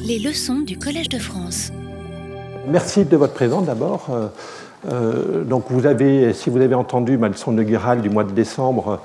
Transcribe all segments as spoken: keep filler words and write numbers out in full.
Les leçons du Collège de France. Merci de votre présence d'abord. Euh, euh, donc vous avez, si vous avez entendu ma leçon inaugurale du mois de décembre,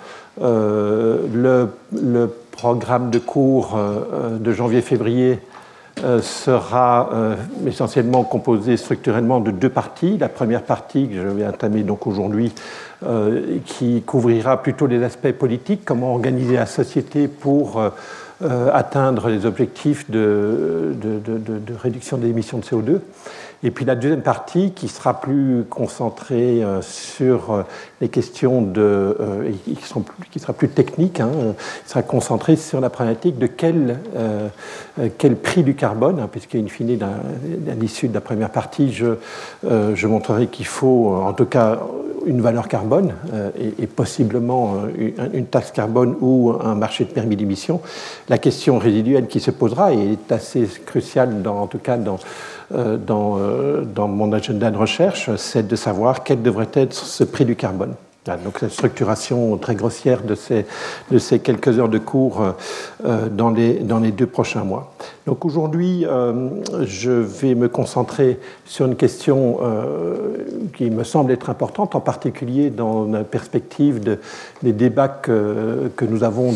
euh, le, le programme de cours euh, de janvier-février euh, sera euh, essentiellement composé structurellement de deux parties. La première partie que je vais entamer donc aujourd'hui, euh, qui couvrira plutôt les aspects politiques, comment organiser la société pour euh, Euh, atteindre les objectifs de, de, de, de réduction des émissions de C O deux. Et puis la deuxième partie qui sera plus concentrée euh, sur euh, les questions de, euh, et qui, seront plus, qui sera plus technique, hein, euh, sera concentrée sur la problématique de quel, euh, quel prix du carbone, hein, puisqu'in fine, à l'issue de la première partie, je, euh, je montrerai qu'il faut, en tout cas, une valeur carbone euh, et, et possiblement une, une taxe carbone ou un marché de permis d'émission. La question résiduelle qui se posera et est assez cruciale, dans, en tout cas dans, euh, dans, euh, dans mon agenda de recherche, c'est de savoir quel devrait être ce prix du carbone. Donc la structuration très grossière de ces, de ces quelques heures de cours euh, dans, les, dans les deux prochains mois. Donc aujourd'hui, euh, je vais me concentrer sur une question euh, qui me semble être importante, en particulier dans la perspective de, des débats que, que nous avons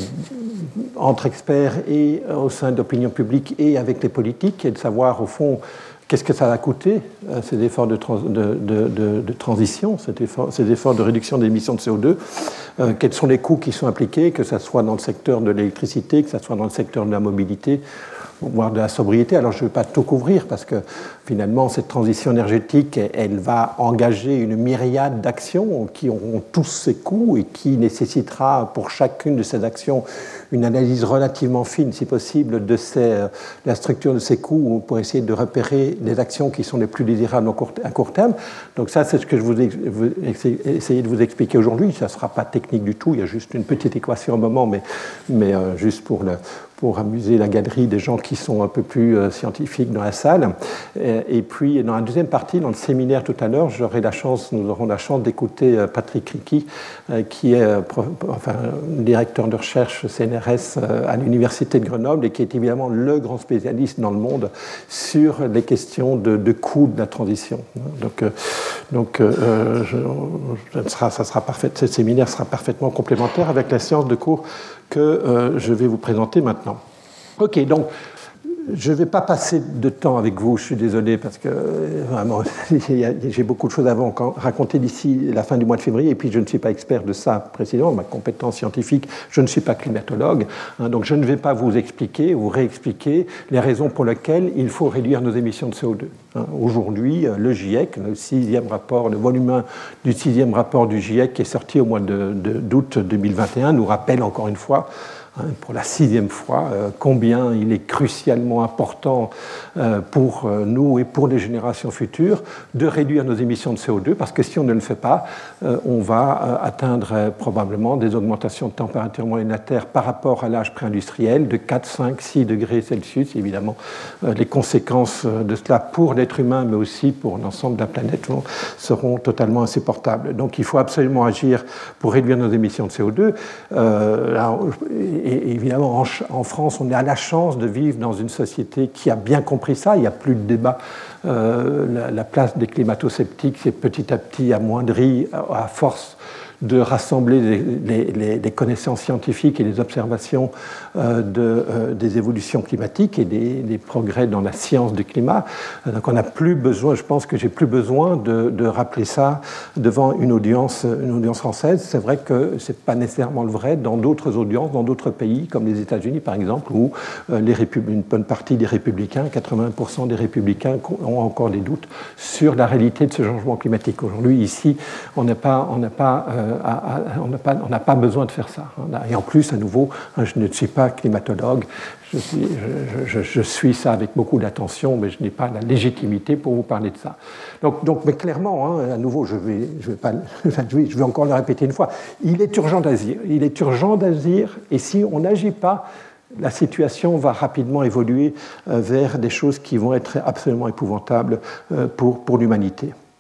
entre experts et au sein de l'opinion publique et avec les politiques, et de savoir au fond qu'est-ce que ça va coûter, ces efforts de, trans, de, de, de, de transition, cet effort, ces efforts de réduction des émissions de C O deux, euh, quels sont les coûts qui sont impliqués, que ce soit dans le secteur de l'électricité, que ce soit dans le secteur de la mobilité, voire de la sobriété. Alors je ne vais pas tout couvrir parce que finalement cette transition énergétique, elle va engager une myriade d'actions qui auront tous ces coûts et qui nécessitera pour chacune de ces actions une analyse relativement fine, si possible, de ces, la structure de ces coûts pour essayer de repérer les actions qui sont les plus désirables à court terme. Donc ça, c'est ce que je vous ai essayé de vous expliquer aujourd'hui. Ça ne sera pas technique du tout, il y a juste une petite équation au moment, mais, mais euh, juste pour, le, pour amuser la galerie des gens qui sont un peu plus euh, scientifiques dans la salle. Et, et puis, dans la deuxième partie, dans le séminaire tout à l'heure, j'aurai la chance, nous aurons la chance d'écouter euh, Patrick Ricci, euh, qui est euh, pro, enfin, directeur de recherche C N R S euh, à l'Université de Grenoble et qui est évidemment le grand spécialiste dans le monde sur les questions de, de coût de la transition. Donc, euh, donc euh, je, je, sera, ça sera parfait, ce séminaire sera parfaitement complémentaire avec la séance de cours que euh, je vais vous présenter maintenant. Ok, donc je ne vais pas passer de temps avec vous, je suis désolé parce que vraiment j'ai beaucoup de choses à vous raconter d'ici la fin du mois de février et puis je ne suis pas expert de ça précisément, ma compétence scientifique, je ne suis pas climatologue, hein, donc je ne vais pas vous expliquer, vous réexpliquer les raisons pour lesquelles il faut réduire nos émissions de C O deux. Hein. Aujourd'hui, le GIEC, le sixième rapport, le volume un du sixième rapport du GIEC qui est sorti au mois de, de, d'août deux mille vingt et un nous rappelle encore une fois pour la sixième fois, euh, combien il est crucialement important euh, pour euh, nous et pour les générations futures de réduire nos émissions de C O deux, parce que si on ne le fait pas, euh, on va euh, atteindre euh, probablement des augmentations de température moyenne de la Terre par rapport à l'âge pré-industriel de quatre, cinq, six degrés Celsius. Évidemment, euh, les conséquences de cela pour l'être humain, mais aussi pour l'ensemble de la planète, seront totalement insupportables. Donc il faut absolument agir pour réduire nos émissions de C O deux. Euh, alors, Et évidemment, en France, on a la chance de vivre dans une société qui a bien compris ça. Il n'y a plus de débat. Euh, la, la place des climato-sceptiques s'est petit à petit amoindrie à force de rassembler les, les, les connaissances scientifiques et les observations euh, de, euh, des évolutions climatiques et des, des progrès dans la science du climat. Donc on n'a plus besoin, je pense que j'ai plus besoin de, de rappeler ça devant une audience, une audience française. C'est vrai que ce n'est pas nécessairement le vrai dans d'autres audiences, dans d'autres pays, comme les États-Unis par exemple, où euh, les une bonne partie des républicains, quatre-vingts pour cent des républicains ont encore des doutes sur la réalité de ce changement climatique. Aujourd'hui, ici, on n'a pas... On n'a pas euh, À, à, on n'a pas, on n'a pas besoin de faire ça. Et en plus, à nouveau, je ne suis pas climatologue, je suis, je, je, je suis ça avec beaucoup d'attention, mais je n'ai pas la légitimité pour vous parler de ça. Donc, donc mais clairement, hein, à nouveau, je vais, je vais pas, je vais encore le répéter une fois, il est urgent d'agir. Il est urgent d'agir, et si on n'agit pas, la situation va rapidement évoluer vers des choses qui vont être absolument épouvantables pour, pour l'humanité.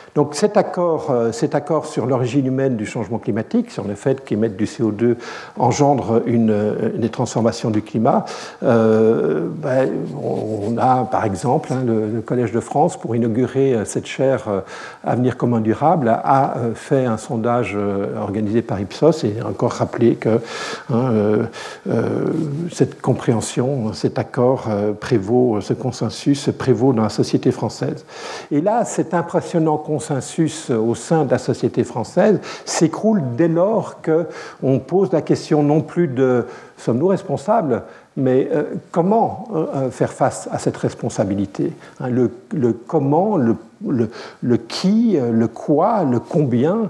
Donc cet accord, euh, cet accord sur l'origine humaine du changement climatique, sur le fait qu'émettre du C O deux engendre une, une transformation du climat, euh, ben, on a par exemple hein, le, le Collège de France, pour inaugurer cette chaire euh, Avenir commun durable, a euh, fait un sondage euh, organisé par Ipsos et encore rappelé que hein, euh, euh, cette compréhension, cet accord euh, prévaut, ce consensus prévaut dans la société française. Et là, cet impressionnant consensus consensus au sein de la société française s'écroule dès lors qu'on pose la question non plus de sommes-nous responsables, mais euh, comment euh, faire face à cette responsabilité, hein, le, le comment, le, le, le qui, le quoi, le combien,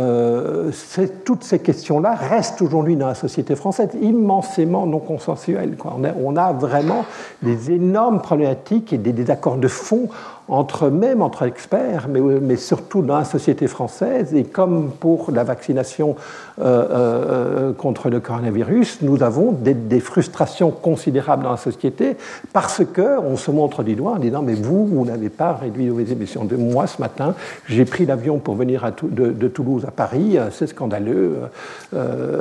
euh, toutes ces questions-là restent aujourd'hui dans la société française immensément non consensuelles, quoi. On, a, on a vraiment des énormes problématiques et des désaccords de fond entre, même entre experts, mais, mais surtout dans la société française. Et comme pour la vaccination euh, euh, contre le coronavirus, nous avons des, des frustrations considérables dans la société parce qu'on se montre du doigt en disant « mais vous, vous n'avez pas réduit vos émissions de moi ce matin, j'ai pris l'avion pour venir à, de, de Toulouse à Paris, c'est scandaleux euh, ».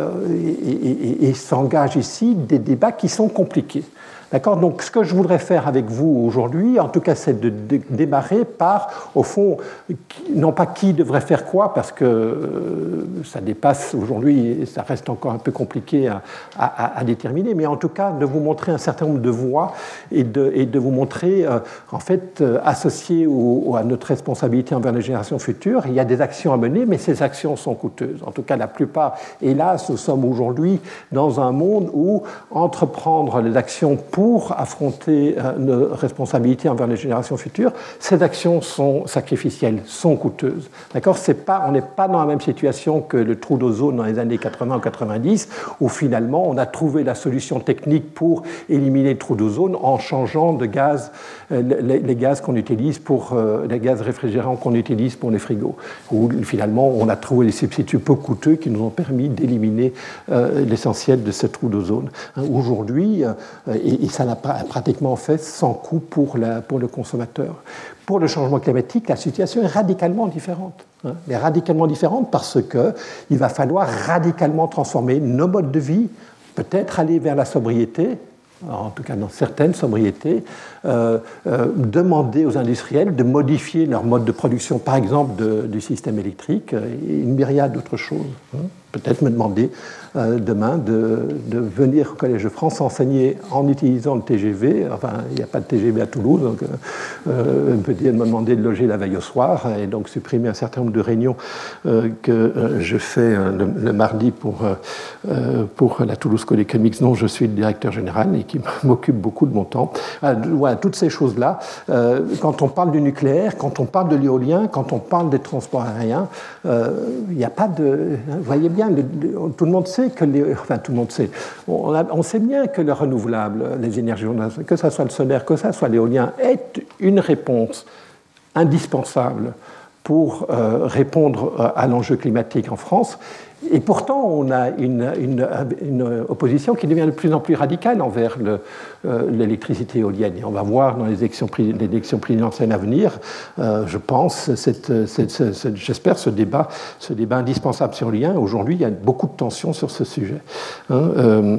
Et, et, et s'engagent ici des débats qui sont compliqués. D'accord ? Donc, ce que je voudrais faire avec vous aujourd'hui, en tout cas, c'est de dé- démarrer par, au fond, non pas qui devrait faire quoi, parce que euh, ça dépasse aujourd'hui et ça reste encore un peu compliqué à, à, à déterminer, mais en tout cas, de vous montrer un certain nombre de voies et de, et de vous montrer, euh, en fait, euh, associé au, à notre responsabilité envers les générations futures, il y a des actions à mener, mais ces actions sont coûteuses. En tout cas, la plupart, hélas, nous sommes aujourd'hui dans un monde où entreprendre les actions pour pour affronter nos responsabilités envers les générations futures, ces actions sont sacrificielles, sont coûteuses. D'accord ? C'est pas, on n'est pas dans la même situation que le trou d'ozone dans les années quatre-vingts ou quatre-vingt-dix, où finalement on a trouvé la solution technique pour éliminer le trou d'ozone en changeant de gaz, les, les gaz qu'on utilise pour les gaz réfrigérants qu'on utilise pour les frigos, où finalement on a trouvé des substituts peu coûteux qui nous ont permis d'éliminer euh, l'essentiel de ce trou d'ozone. Hein, aujourd'hui, euh, et, et ça l'a pratiquement fait sans coût pour, la, pour le consommateur. Pour le changement climatique, la situation est radicalement différente. Hein, elle est radicalement différente parce qu'il va falloir radicalement transformer nos modes de vie, peut-être aller vers la sobriété, en tout cas dans certaines sobriétés, euh, euh, demander aux industriels de modifier leur mode de production, par exemple de, du système électrique, et une myriade d'autres choses. Hein. Peut-être me demander euh, demain de, de venir au Collège de France enseigner en utilisant le T G V. Enfin, il n'y a pas de T G V à Toulouse, donc euh, peut-être me demander de loger la veille au soir et donc supprimer un certain nombre de réunions euh, que euh, je fais euh, le, le mardi pour, euh, pour la Toulouse School Economics, dont je suis le directeur général et qui m'occupe beaucoup de mon temps. Ah, voilà, toutes ces choses-là. Euh, quand on parle du nucléaire, quand on parle de l'éolien, quand on parle des transports aériens, euh, il n'y a pas de... Vous voyez bien, Le, le, tout le monde sait que les, enfin tout le monde sait, on, a, on sait bien que le renouvelable, les énergies renouvelables, que ce soit le solaire, que ce soit l'éolien, est une réponse indispensable pour euh, répondre à l'enjeu climatique en France. Et pourtant, on a une, une, une opposition qui devient de plus en plus radicale envers le, euh, l'électricité éolienne. Et on va voir dans les élections, les élections présidentielles à venir, euh, je pense, cette, cette, cette, j'espère, ce débat, ce débat indispensable sur l'éolien. Aujourd'hui, il y a beaucoup de tensions sur ce sujet. Hein, euh,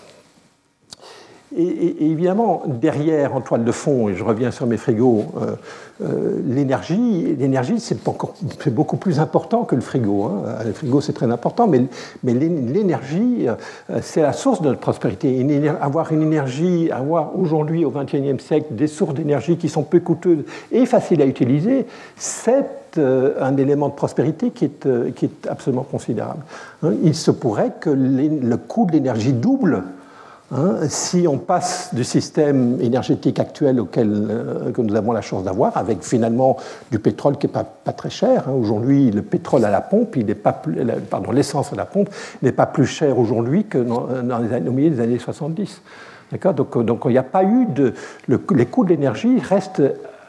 Et, et, et évidemment, derrière, en toile de fond, et je reviens sur mes frigos, euh, euh, l'énergie, l'énergie c'est, encore, c'est beaucoup plus important que le frigo. Hein. Le frigo, c'est très important, mais, mais l'énergie, euh, c'est la source de notre prospérité. Une, avoir une énergie, avoir aujourd'hui, au vingt et unième siècle, des sources d'énergie qui sont peu coûteuses et faciles à utiliser, c'est un élément de prospérité qui est, qui est absolument considérable. Il se pourrait que les, le coût de l'énergie double. Hein, si on passe du système énergétique actuel auquel euh, que nous avons la chance d'avoir, avec finalement du pétrole qui n'est pas, pas très cher. Hein. Aujourd'hui, le pétrole à la pompe, il n'est pas plus, pardon, l'essence à la pompe n'est pas plus cher aujourd'hui que dans, dans les années, au milieu des années soixante-dix. D'accord ? Donc, donc il n'y a pas eu de... Le, les coûts de l'énergie restent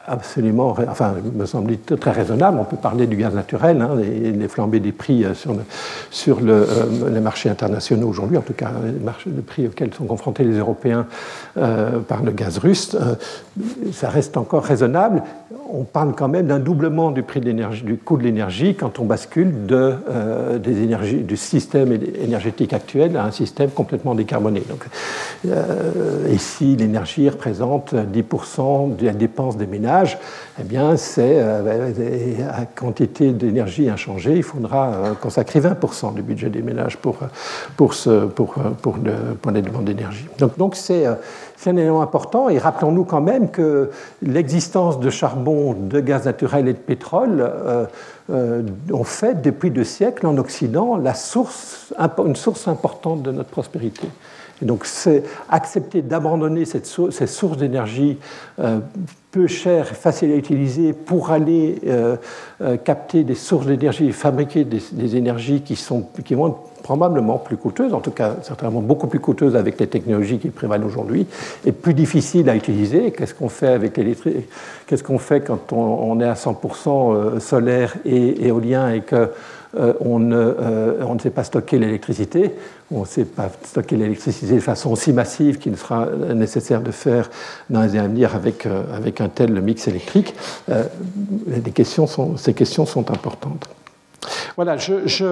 absolument, enfin, me semble très raisonnable. On peut parler du gaz naturel, hein, les, les flambées des prix sur, le, sur le, euh, les marchés internationaux aujourd'hui, en tout cas les, marchés, les prix auxquels sont confrontés les Européens euh, par le gaz russe, euh, ça reste encore raisonnable. On parle quand même d'un doublement du prix de l'énergie, du coût de l'énergie quand on bascule de, euh, des énergies, du système énergétique actuel à un système complètement décarboné. Donc, euh, ici, l'énergie représente dix pour cent de la dépense des ménages. Eh bien, c'est euh, à quantité d'énergie inchangée, il faudra euh, consacrer vingt pour cent du budget des ménages pour, pour, ce, pour, pour, le, pour les demandes d'énergie. Donc, donc c'est, c'est un élément important. Et rappelons-nous quand même que l'existence de charbon, de gaz naturel et de pétrole euh, euh, ont fait depuis deux siècles en Occident la source, une source importante de notre prospérité. Et donc, c'est accepter d'abandonner cette source, ces sources d'énergie euh, peu chères et faciles à utiliser pour aller euh, euh, capter des sources d'énergie et fabriquer des, des énergies qui, sont, qui vont être probablement plus coûteuses, en tout cas certainement beaucoup plus coûteuses avec les technologies qui prévalent aujourd'hui, et plus difficiles à utiliser. Qu'est-ce qu'on fait avec l'électricité ? Qu'est-ce qu'on fait quand on, on est à cent pour cent solaire et éolien et que Euh, on, ne, euh, on ne sait pas stocker l'électricité, on ne sait pas stocker l'électricité de façon aussi massive qu'il sera nécessaire de faire dans les années à venir avec, euh, avec un tel mix électrique. Euh, les questions sont, ces questions sont importantes. Voilà, je, je,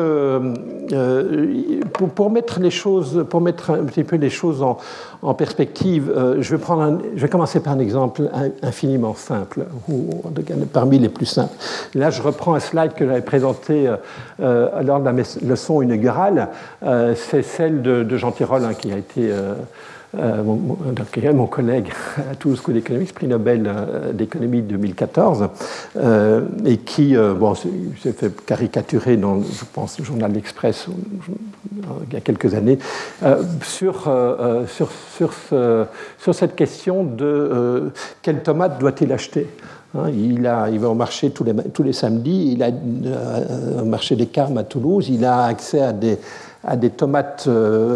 euh, pour, pour mettre les choses, pour mettre un petit peu les choses en, en perspective, euh, je, vais prendre un, je vais commencer par un exemple infiniment simple, ou parmi les plus simples. Là, je reprends un slide que j'avais présenté euh, lors de la leçon inaugurale. Euh, c'est celle de, de Jean Tirole, hein, qui a été euh, Euh, mon, mon, mon collègue à Toulouse School Economics, prix Nobel euh, d'économie deux mille quatorze, euh, et qui euh, bon, s'est fait caricaturer dans, je pense, le journal L'Express il y a quelques années, euh, sur, euh, sur, sur, ce, sur cette question de euh, quelle tomate doit-il acheter. Hein, il, a, il va au marché tous les, tous les samedis, il a euh, un marché des Carmes à Toulouse, il a accès à des à des tomates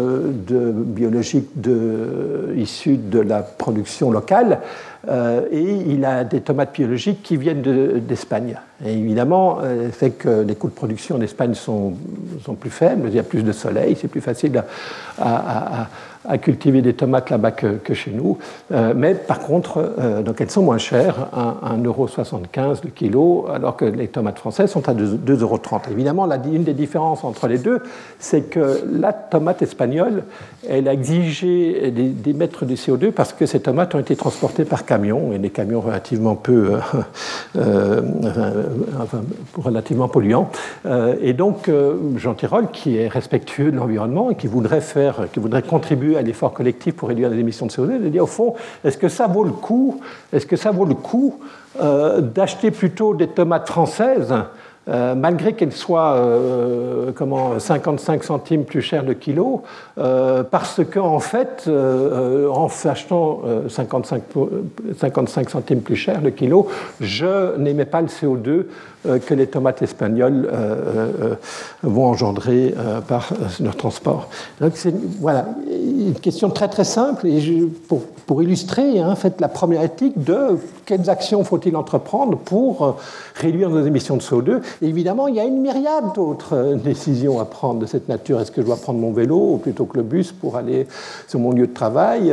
de, biologiques de, issues de la production locale, euh, et il a des tomates biologiques qui viennent de, d'Espagne. Et évidemment, le fait que les coûts de production en Espagne sont, sont plus faibles, il y a plus de soleil, c'est plus facile à, à, à, à cultiver des tomates là-bas que, que chez nous. Euh, mais par contre, euh, donc elles sont moins chères, un euro soixante-quinze le kilo, alors que les tomates françaises sont à deux euros trente. Évidemment, la, une des différences entre les deux, c'est que la tomate espagnole, elle a exigé d'émettre du C O deux parce que ces tomates ont été transportées par camion, et des camions relativement peu, euh, euh, enfin, relativement polluants. Euh, et donc, euh, Jean Tirole, qui est respectueux de l'environnement et qui voudrait faire, qui voudrait contribuer à l'effort collectif pour réduire les émissions de C O deux, il a dit au fond, est-ce que ça vaut le coup, est-ce que ça vaut le coup euh, d'acheter plutôt des tomates françaises? Euh, malgré qu'elles soient euh, comment, cinquante-cinq centimes plus chères le kilo, euh, parce qu'en en fait, euh, en achetant euh, cinquante-cinq, cinquante-cinq centimes plus cher le kilo, je n'émets pas le C O deux euh, que les tomates espagnoles euh, euh, vont engendrer euh, par leur transport. Donc c'est voilà, une question très très simple, et je, pour, pour illustrer hein, en fait, la problématique de quelles actions faut-il entreprendre pour réduire nos émissions de C O deux. Et évidemment, il y a une myriade d'autres décisions à prendre de cette nature. Est-ce que je dois prendre mon vélo plutôt que le bus pour aller sur mon lieu de travail?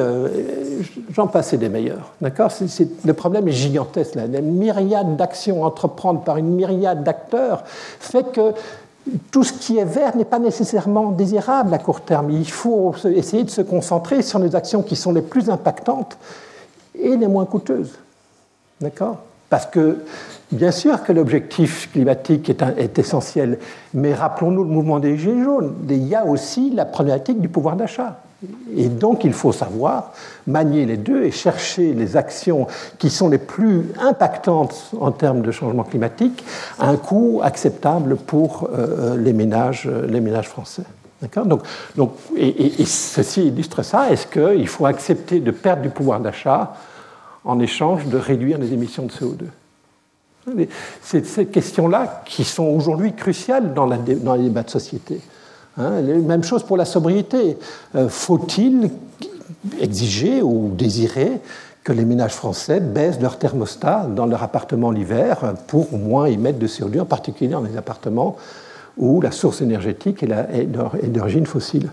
J'en passe et des meilleurs. D'accord? c'est, c'est, le problème est gigantesque. Là. La myriade d'actions à entreprendre par une myriade d'acteurs fait que tout ce qui est vert n'est pas nécessairement désirable à court terme. Il faut essayer de se concentrer sur les actions qui sont les plus impactantes et les moins coûteuses. D'accord? Parce que, bien sûr que l'objectif climatique est, un, est essentiel, mais rappelons-nous le mouvement des Gilets jaunes. Il y a aussi la problématique du pouvoir d'achat. Et donc, il faut savoir manier les deux et chercher les actions qui sont les plus impactantes en termes de changement climatique à un coût acceptable pour euh, les, ménages, les ménages français. D'accord ? Donc, donc, et, et, et ceci illustre ça. Est-ce qu'il faut accepter de perdre du pouvoir d'achat en échange de réduire les émissions de C O deux? C'est ces questions-là qui sont aujourd'hui cruciales dans, la, dans les débats de société. Hein, même chose pour la sobriété. Euh, faut-il exiger ou désirer que les ménages français baissent leur thermostat dans leur appartement l'hiver pour moins émettre de C O deux, en particulier dans les appartements où la source énergétique est d'origine fossile.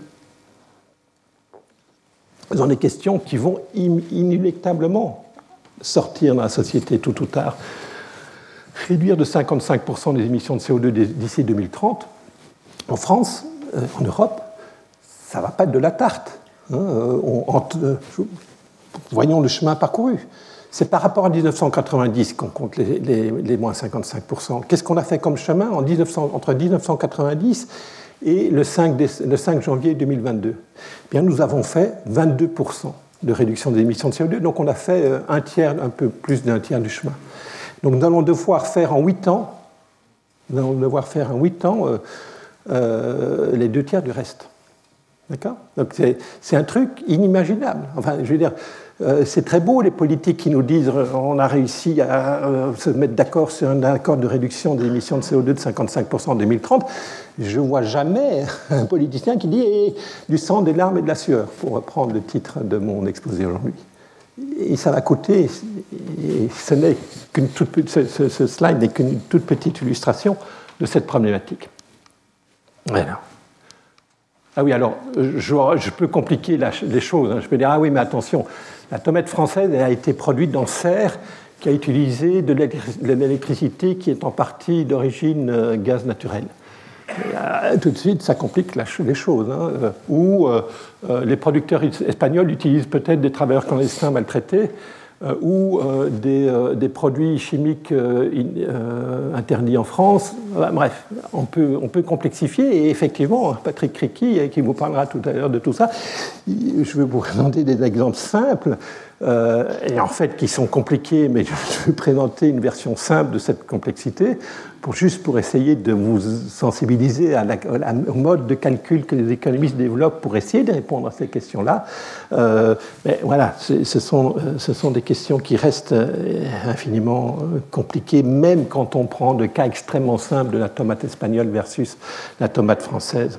Ce sont des questions qui vont inéluctablement sortir dans la société tôt ou tard. Réduire de cinquante-cinq pour cent les émissions de C O deux d'ici deux mille trente, en France, euh, en Europe, ça ne va pas être de la tarte. Hein. On, en, euh, voyons le chemin parcouru. C'est par rapport à dix-neuf cent quatre-vingt-dix qu'on compte les, les, les moins cinquante-cinq pour cent. Qu'est-ce qu'on a fait comme chemin en mille neuf cents, entre dix-neuf cent quatre-vingt-dix et le cinq, le cinq janvier deux mille vingt-deux? Eh bien, nous avons fait vingt-deux pour cent de réduction des émissions de C O deux, donc on a fait un tiers, un peu plus d'un tiers du chemin. Donc nous allons devoir faire en huit ans, nous allons devoir faire en huit ans euh, euh, les deux tiers du reste. D'accord ? Donc c'est, c'est un truc inimaginable. Enfin, je veux dire, euh, c'est très beau les politiques qui nous disent euh, on a réussi à euh, se mettre d'accord sur un accord de réduction des émissions de C O deux de cinquante-cinq pour cent en deux mille trente. Je ne vois jamais un politicien qui dit eh, du sang, des larmes et de la sueur, pour reprendre le titre de mon exposé aujourd'hui. Et ça va coûter, et ce, n'est qu'une toute, ce, ce, ce slide n'est qu'une toute petite illustration de cette problématique. Voilà. Ah oui, alors, je, je peux compliquer la, les choses. Hein. Je peux dire, ah oui, mais attention, la tomate française elle a été produite dans serre qui a utilisé de l'électricité qui est en partie d'origine euh, gaz naturel. Et, tout de suite, ça complique la, les choses. Hein. Ou euh, euh, les producteurs espagnols utilisent peut-être des travailleurs clandestins maltraités euh, ou euh, des, euh, des produits chimiques euh, in, euh, interdits en France. Bref, on peut, on peut complexifier. Et effectivement, Patrick Criqui, qui vous parlera tout à l'heure de tout ça, je vais vous présenter des exemples simples. Euh, et en fait qui sont compliqués, mais je vais présenter une version simple de cette complexité, pour, juste pour essayer de vous sensibiliser à la, à, au mode de calcul que les économistes développent pour essayer de répondre à ces questions-là. Euh, mais voilà, ce sont, ce sont des questions qui restent infiniment compliquées, même quand on prend le cas extrêmement simple de la tomate espagnole versus la tomate française.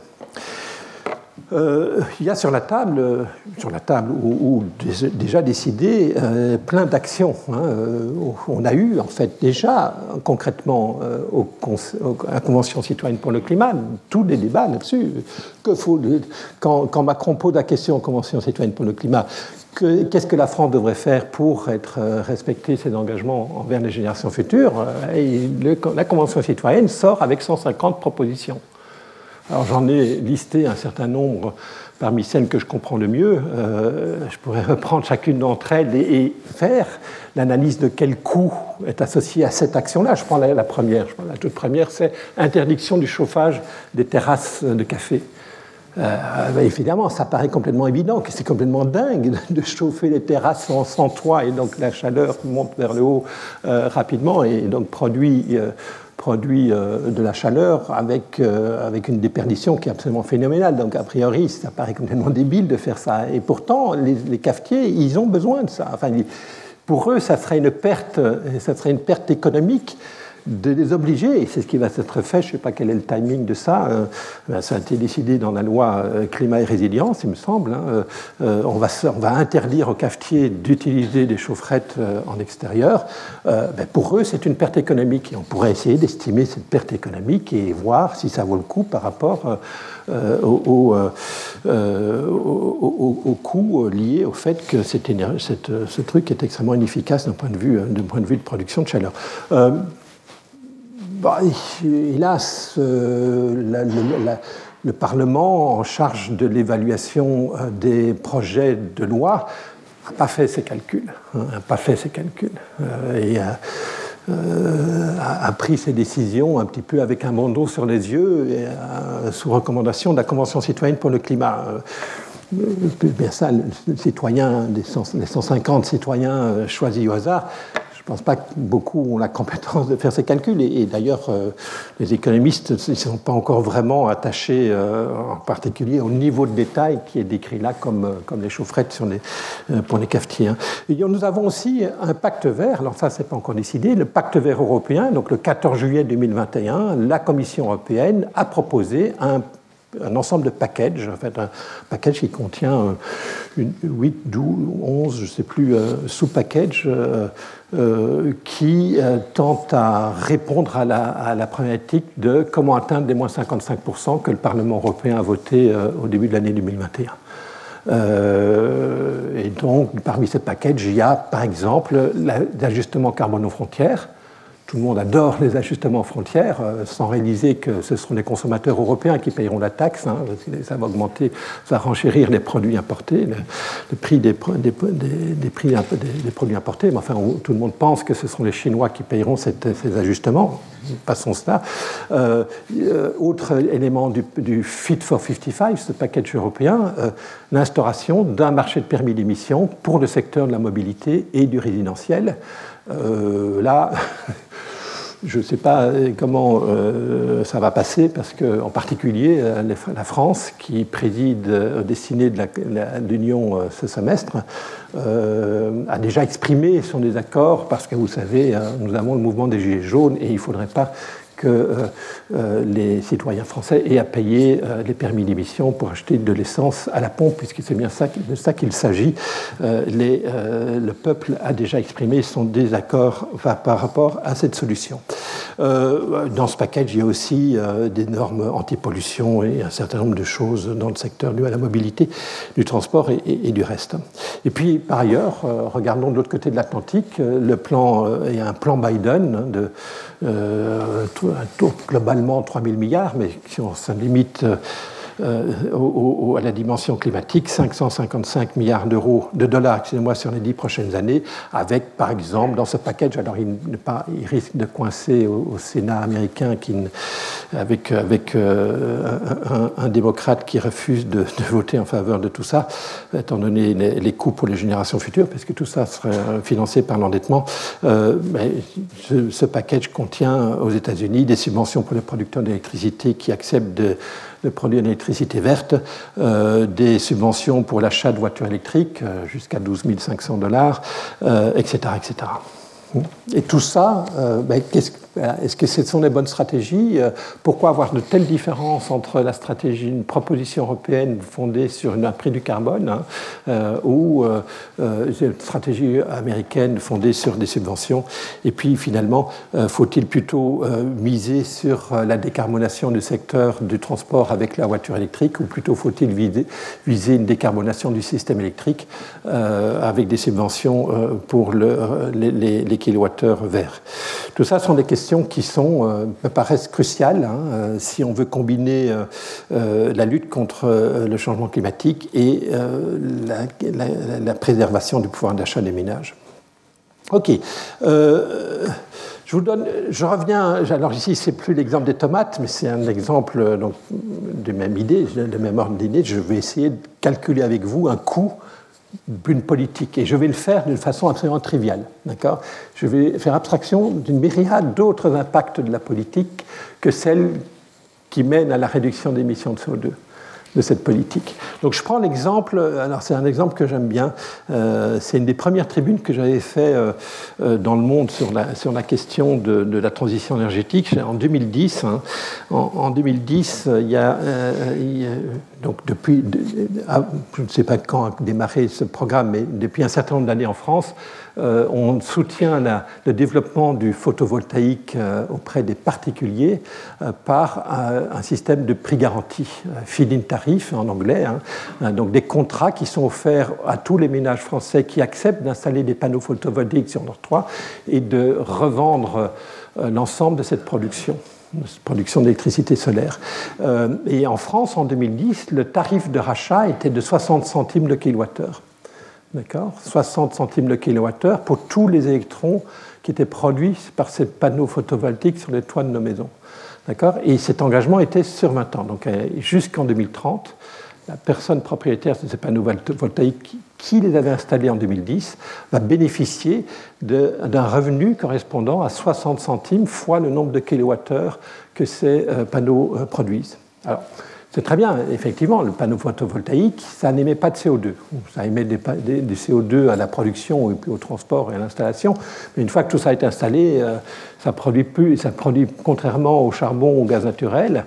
Euh, il y a sur la table, sur la table ou, ou déjà décidé euh, plein d'actions. Hein. On a eu en fait déjà concrètement euh, au, au, à la Convention citoyenne pour le climat tous les débats là-dessus. Que faut, quand, quand Macron pose la question aux Conventions citoyennes pour le climat, que, qu'est-ce que la France devrait faire pour être, euh, respecter ses engagements envers les générations futures, et le, la Convention citoyenne sort avec cent cinquante propositions. Alors j'en ai listé un certain nombre parmi celles que je comprends le mieux. Euh, je pourrais reprendre chacune d'entre elles et, et faire l'analyse de quel coût est associé à cette action-là. Je prends la, la première. Je prends la toute première, c'est interdiction du chauffage des terrasses de café. Euh, ben évidemment, ça paraît complètement évident que c'est complètement dingue de chauffer les terrasses sans, sans toit, et donc la chaleur monte vers le haut euh, rapidement et donc produit... Euh, produit euh, de la chaleur avec, euh, avec une déperdition qui est absolument phénoménale. Donc, a priori, ça paraît complètement débile de faire ça. Et pourtant, les, les cafetiers, ils ont besoin de ça. Enfin, pour eux, ça serait une perte, ça serait une perte économique de les obliger, et c'est ce qui va être fait, je ne sais pas quel est le timing de ça, euh, ça a été décidé dans la loi euh, climat et résilience, il me semble, hein, euh, on, va, on va interdire aux cafetiers d'utiliser des chaufferettes euh, en extérieur. Euh, ben pour eux, c'est une perte économique, et on pourrait essayer d'estimer cette perte économique et voir si ça vaut le coup par rapport euh, au, au, euh, au, au, au coût lié au fait que cette énergie, cette, ce truc est extrêmement inefficace d'un point de vue, d'un point de vue de production de chaleur. Euh, Bah, hélas, euh, la, la, le Parlement, en charge de l'évaluation des projets de loi, n'a pas fait ses calculs. N'a hein, pas fait ses calculs. Euh, et a, euh, a pris ses décisions un petit peu avec un bandeau sur les yeux, et, euh, sous recommandation de la Convention citoyenne pour le climat. Euh, bien ça, le citoyen, les cent cinquante citoyens choisis au hasard, je ne pense pas que beaucoup ont la compétence de faire ces calculs. Et, et d'ailleurs, euh, les économistes ne sont pas encore vraiment attachés, euh, en particulier au niveau de détail qui est décrit là comme, comme les chaufferettes sur les, euh, pour les cafetiers. Hein. Et nous avons aussi un pacte vert. Alors ça, ce n'est pas encore décidé. Le pacte vert européen, donc le quatorze juillet deux mille vingt et un, la Commission européenne a proposé un un ensemble de packages, en fait, un package qui contient une, huit, douze, onze, je ne sais plus, euh, sous-packages euh, euh, qui euh, tentent à répondre à la, à la problématique de comment atteindre les moins cinquante-cinq pour cent que le Parlement européen a voté euh, au début de l'année deux mille vingt et un. Euh, et donc, parmi ces packages, il y a, par exemple, l'ajustement carbone aux frontières. Tout le monde adore les ajustements aux frontières, euh, sans réaliser que ce seront les consommateurs européens qui payeront la taxe, hein, parce que ça va augmenter, ça va renchérir les produits importés, le, le prix, des, des, des, des, prix des, des produits importés. Mais enfin, on, tout le monde pense que ce sont les Chinois qui payeront cette, ces ajustements. Passons cela. Euh, euh, autre élément du, du Fit for cinquante-cinq, ce package européen, euh, l'instauration d'un marché de permis d'émission pour le secteur de la mobilité et du résidentiel. Euh, là, je ne sais pas comment euh, ça va passer, parce qu'en particulier, euh, la France, qui préside euh, au destiné de l'Union euh, ce semestre, euh, a déjà exprimé son désaccord, parce que vous savez, euh, nous avons le mouvement des Gilets jaunes, et il ne faudrait pas que euh, euh, les citoyens français aient à payer euh, les permis d'émission pour acheter de l'essence à la pompe, puisque c'est bien ça, de ça qu'il s'agit. Euh, les, euh, le peuple a déjà exprimé son désaccord enfin, par rapport à cette solution. Euh, dans ce package, il y a aussi euh, des normes anti-pollution et un certain nombre de choses dans le secteur lié à la mobilité, du transport et, et, et du reste. Et puis, par ailleurs, euh, regardons de l'autre côté de l'Atlantique, euh, le plan, euh, il y a un plan Biden hein, de euh, un taux globalement trois mille milliards, mais si on se limite euh, au, au, à la dimension climatique, cinq cent cinquante-cinq milliards d'euros, de dollars, excusez-moi, sur les dix prochaines années, avec, par exemple, dans ce package, alors il, pas, il risque de coincer au, au Sénat américain, qui, avec, avec euh, un, un, un démocrate qui refuse de, de voter en faveur de tout ça, étant donné les, les coûts pour les générations futures, parce que tout ça serait financé par l'endettement. Euh, mais ce, ce package contient aux États-Unis des subventions pour les producteurs d'électricité qui acceptent de de produire de l'électricité verte, euh, des subventions pour l'achat de voitures électriques euh, jusqu'à douze mille cinq cents dollars, euh, et cetera, et cetera. Et tout ça, euh, ben, qu'est-ce, est-ce que ce sont les bonnes stratégies ? Pourquoi avoir de telles différences entre la stratégie, une proposition européenne fondée sur un prix du carbone hein, euh, ou euh, une stratégie américaine fondée sur des subventions ? Et puis finalement, euh, faut-il plutôt euh, miser sur la décarbonation du secteur du transport avec la voiture électrique, ou plutôt faut-il viser, viser une décarbonation du système électrique euh, avec des subventions euh, pour le, les, les, les kilowattheures verts ? Tout ça sont des questions qui sont, euh, me paraissent cruciales hein, euh, si on veut combiner euh, euh, la lutte contre euh, le changement climatique et euh, la, la, la préservation du pouvoir d'achat des ménages. Ok. Euh, je vous donne, je reviens, alors ici c'est plus l'exemple des tomates, mais c'est un exemple donc, de même idée, de même ordre d'idée. Je vais essayer de calculer avec vous un coût d'une politique, et je vais le faire d'une façon absolument triviale. D'accord ? Je vais faire abstraction d'une myriade d'autres impacts de la politique que celles qui mènent à la réduction des émissions de C O deux de cette politique. Donc je prends l'exemple, alors c'est un exemple que j'aime bien, euh, c'est une des premières tribunes que j'avais fait euh, euh, dans le monde sur la, sur la question de, de la transition énergétique en deux mille dix. Hein. En, en deux mille dix, il y a, euh, il y a donc depuis, de, ah, je ne sais pas quand a démarré ce programme, mais depuis un certain nombre d'années en France, euh, on soutient la, le développement du photovoltaïque euh, auprès des particuliers euh, par euh, un système de prix garanti, euh, feed-in tarif en anglais, hein, donc des contrats qui sont offerts à tous les ménages français qui acceptent d'installer des panneaux photovoltaïques sur leur toit et de revendre euh, l'ensemble de cette production. production d'électricité solaire. Euh, et en France, en deux mille dix, le tarif de rachat était de soixante centimes le kilowattheure. D'accord ? soixante centimes le kilowattheure pour tous les électrons qui étaient produits par ces panneaux photovoltaïques sur les toits de nos maisons. D'accord ? Et cet engagement était sur vingt ans. Donc jusqu'en deux mille trente, la personne propriétaire de ces panneaux photovoltaïques qui les avait installés en deux mille dix va bénéficier de, d'un revenu correspondant à soixante centimes fois le nombre de kilowattheures que ces euh, panneaux euh, produisent. Alors, c'est très bien, effectivement, le panneau photovoltaïque, ça n'émet pas de C O deux. Ça émet des, des, des C O deux à la production et puis au transport et à l'installation. Mais une fois que tout ça est installé, euh, ça produit plus, ça produit, contrairement au charbon ou au gaz naturel,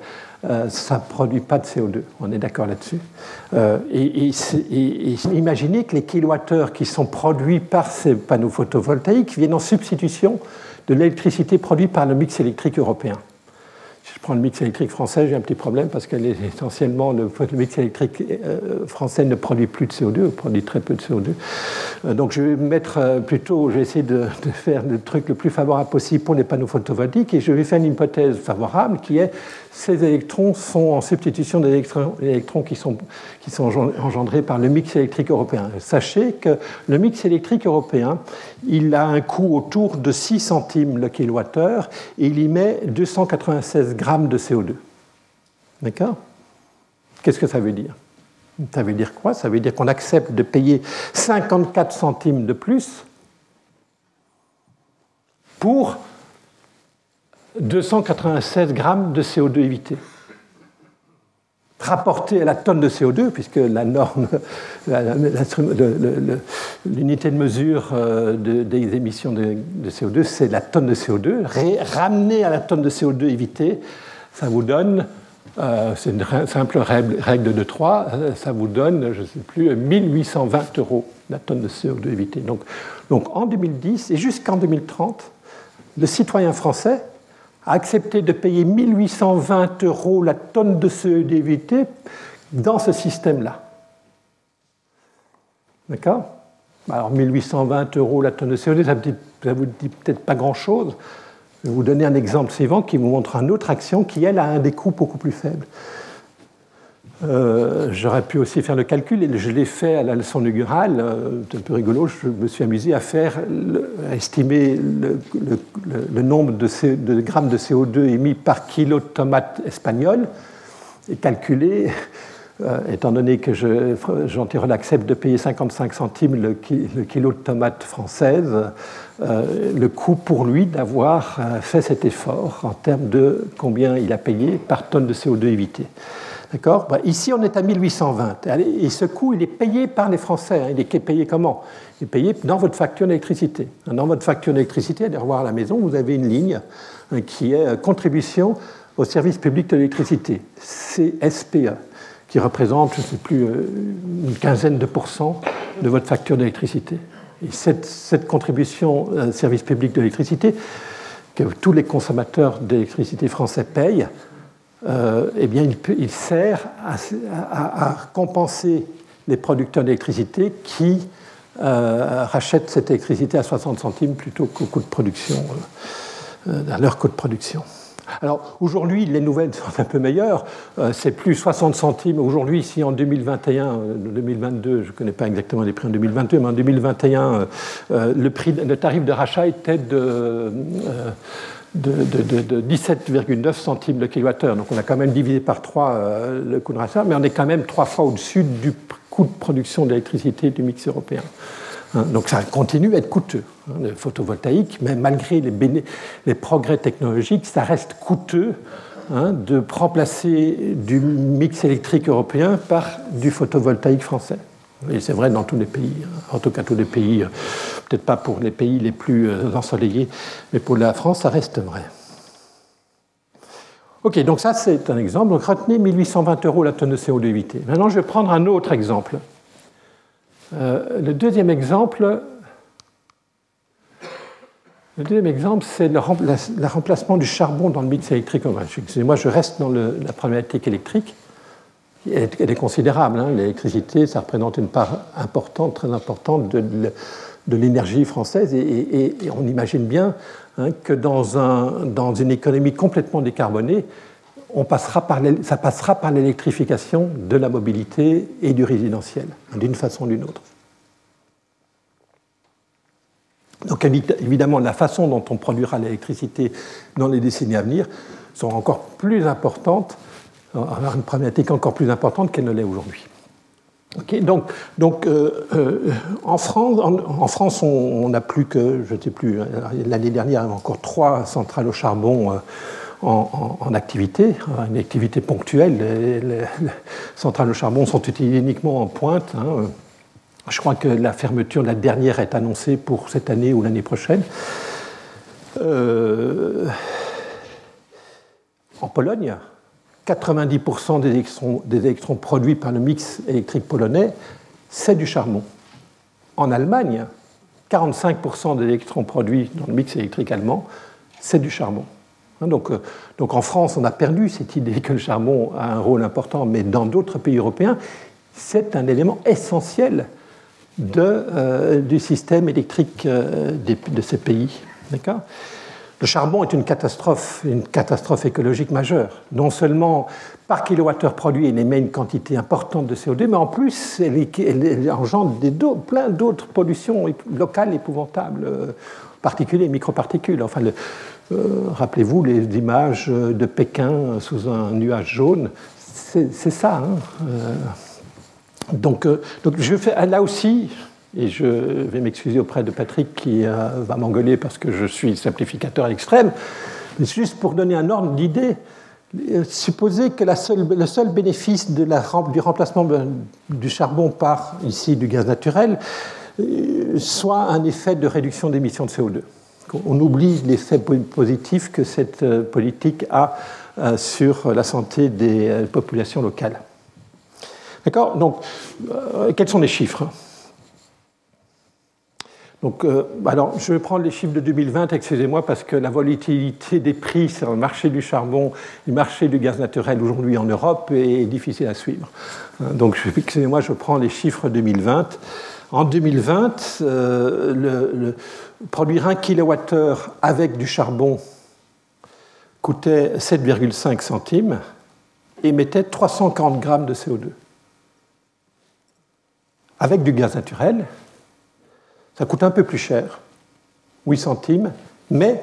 euh, ça ne produit pas de C O deux. On est d'accord là-dessus. Euh, et, et, et, et imaginez que les kilowattheures qui sont produits par ces panneaux photovoltaïques viennent en substitution de l'électricité produite par le mix électrique européen. Si je prends le mix électrique français, j'ai un petit problème parce que essentiellement le, le mix électrique euh, français ne produit plus de C O deux, produit très peu de C O deux. Euh, donc je vais mettre euh, plutôt, je vais essayer de, de faire le truc le plus favorable possible pour les panneaux photovoltaïques et je vais faire une hypothèse favorable qui est ces électrons sont en substitution des électrons, électrons qui, sont, qui sont engendrés par le mix électrique européen. Sachez que le mix électrique européen, il a un coût autour de six centimes le kilowattheure et il y met deux cent quatre-vingt-seize grammes de C O deux. D'accord ? Qu'est-ce que ça veut dire ? Ça veut dire quoi ? Ça veut dire qu'on accepte de payer cinquante-quatre centimes de plus pour deux cent quatre-vingt-seize grammes de C O deux évité. Rapporté à la tonne de C O deux, puisque la norme, la, la, la, le, l'unité de mesure de, des émissions de, de C O deux, c'est la tonne de C O deux. Ré, ramené à la tonne de C O deux évité, ça vous donne, euh, c'est une simple règle, règle de deux trois, ça vous donne, je ne sais plus, mille huit cent vingt euros la tonne de C O deux évité. Donc, donc en deux mille dix et jusqu'en deux mille trente, le citoyen français a accepté de payer mille huit cent vingt euros la tonne de C O deux évité dans ce système-là. D'accord ? Alors mille huit cent vingt euros la tonne de C O deux, ça ne vous dit peut-être pas grand-chose. Je vais vous donner un exemple suivant qui vous montre une autre action qui, elle, a un des coûts beaucoup plus faible. Euh, j'aurais pu aussi faire le calcul, et je l'ai fait à la leçon inaugurale, euh, c'est un peu rigolo, je me suis amusé à faire, le, à estimer le, le, le, le nombre de, C, de grammes de C O deux émis par kilo de tomates espagnoles, et calculer, euh, étant donné que je, Jean Tirole accepte de payer cinquante-cinq centimes le, le kilo de tomates françaises, euh, le coût pour lui d'avoir fait cet effort en termes de combien il a payé par tonne de C O deux évité. D'accord ? Ben, ici, on est à mille huit cent vingt. Et ce coût, il est payé par les Français. Il est payé comment ? Il est payé dans votre facture d'électricité. Dans votre facture d'électricité, allez revoir à la maison, vous avez une ligne qui est contribution au service public de l'électricité, C S P E, qui représente, je ne sais plus, une quinzaine de pourcents de votre facture d'électricité. Et cette, cette contribution au service public de l'électricité, que tous les consommateurs d'électricité français payent, Euh, eh bien, il, peut, il sert à, à, à compenser les producteurs d'électricité qui euh, rachètent cette électricité à soixante centimes plutôt qu'au coût de production, euh, à leur coût de production. Alors, aujourd'hui, les nouvelles sont un peu meilleures. Euh, c'est plus soixante centimes. Aujourd'hui, si en deux mille vingt et un, deux mille vingt-deux, je ne connais pas exactement les prix en deux mille vingt-deux, mais en deux mille vingt et un, euh, le, prix, le tarif de rachat était de... Euh, de, de, de, de dix-sept virgule neuf centimes le kilowattheure. Donc on a quand même divisé par trois euh, le coût de rachat, mais on est quand même trois fois au-dessus du coût de production d'électricité du mix européen. Hein, donc ça continue à être coûteux, hein, le photovoltaïque, mais malgré les, béné- les progrès technologiques, ça reste coûteux hein, de remplacer du mix électrique européen par du photovoltaïque français. Et c'est vrai dans tous les pays, en tout cas tous les pays, peut-être pas pour les pays les plus ensoleillés, mais pour la France, ça reste vrai. Ok, donc ça c'est un exemple. Donc retenez mille huit cent vingt euros la tonne de C O deux évité. Maintenant je vais prendre un autre exemple. Euh, le deuxième exemple, le deuxième exemple, c'est le, rempla- le remplacement du charbon dans le mix électrique. Excusez-moi, je reste dans le, la problématique électrique. Elle est considérable. Hein. L'électricité, ça représente une part importante, très importante de, de l'énergie française. Et, et, et on imagine bien hein, que dans, un, dans une économie complètement décarbonée, on passera par ça passera par l'électrification de la mobilité et du résidentiel, d'une façon ou d'une autre. Donc évidemment, la façon dont on produira l'électricité dans les décennies à venir sera encore plus importante, avoir une problématique encore plus importante qu'elle ne l'est aujourd'hui. Okay, donc, donc euh, euh, en France, en, en France, on n'a plus que, je ne sais plus, l'année dernière, il y avait encore trois centrales au charbon euh, en, en, en activité, une activité ponctuelle. Les, les, les centrales au charbon sont utilisées uniquement en pointe. Hein. Je crois que la fermeture de la dernière est annoncée pour cette année ou l'année prochaine. Euh, en Pologne, quatre-vingt-dix pour cent des électrons, des électrons produits par le mix électrique polonais, c'est du charbon. En Allemagne, quarante-cinq pour cent des électrons produits dans le mix électrique allemand, c'est du charbon. Donc, donc en France, on a perdu cette idée que le charbon a un rôle important, mais dans d'autres pays européens, c'est un élément essentiel de, euh, du système électrique euh, de, de ces pays. D'accord ? Le charbon est une catastrophe, une catastrophe écologique majeure. Non seulement par kilowattheure produit, il émet une quantité importante de C O deux, mais en plus, elle, elle engendre des do, plein d'autres pollutions locales épouvantables, euh, particuliers, microparticules. Enfin, le, euh, rappelez-vous les images de Pékin sous un nuage jaune. C'est, c'est ça. Hein. Euh, donc, euh, donc, je fais là aussi. Et je vais m'excuser auprès de Patrick qui euh, va m'engueuler parce que je suis simplificateur à l'extrême. Mais juste pour donner un ordre d'idée, euh, supposez que la seule, le seul bénéfice de la, du remplacement du charbon par, ici, du gaz naturel, euh, soit un effet de réduction d'émissions de C O deux. On oublie l'effet positif que cette euh, politique a euh, sur la santé des euh, populations locales. D'accord ? Donc, euh, quels sont les chiffres ? Donc, euh, alors, je vais prendre les chiffres de deux mille vingt, excusez-moi, parce que la volatilité des prix sur le marché du charbon, le marché du gaz naturel aujourd'hui en Europe est difficile à suivre. Donc, excusez-moi, je prends les chiffres deux mille vingt. En deux mille vingt, euh, le, le, produire un kilowattheure avec du charbon coûtait sept virgule cinq centimes et émettait trois cent quarante grammes de C O deux. Avec du gaz naturel, ça coûte un peu plus cher, huit centimes, mais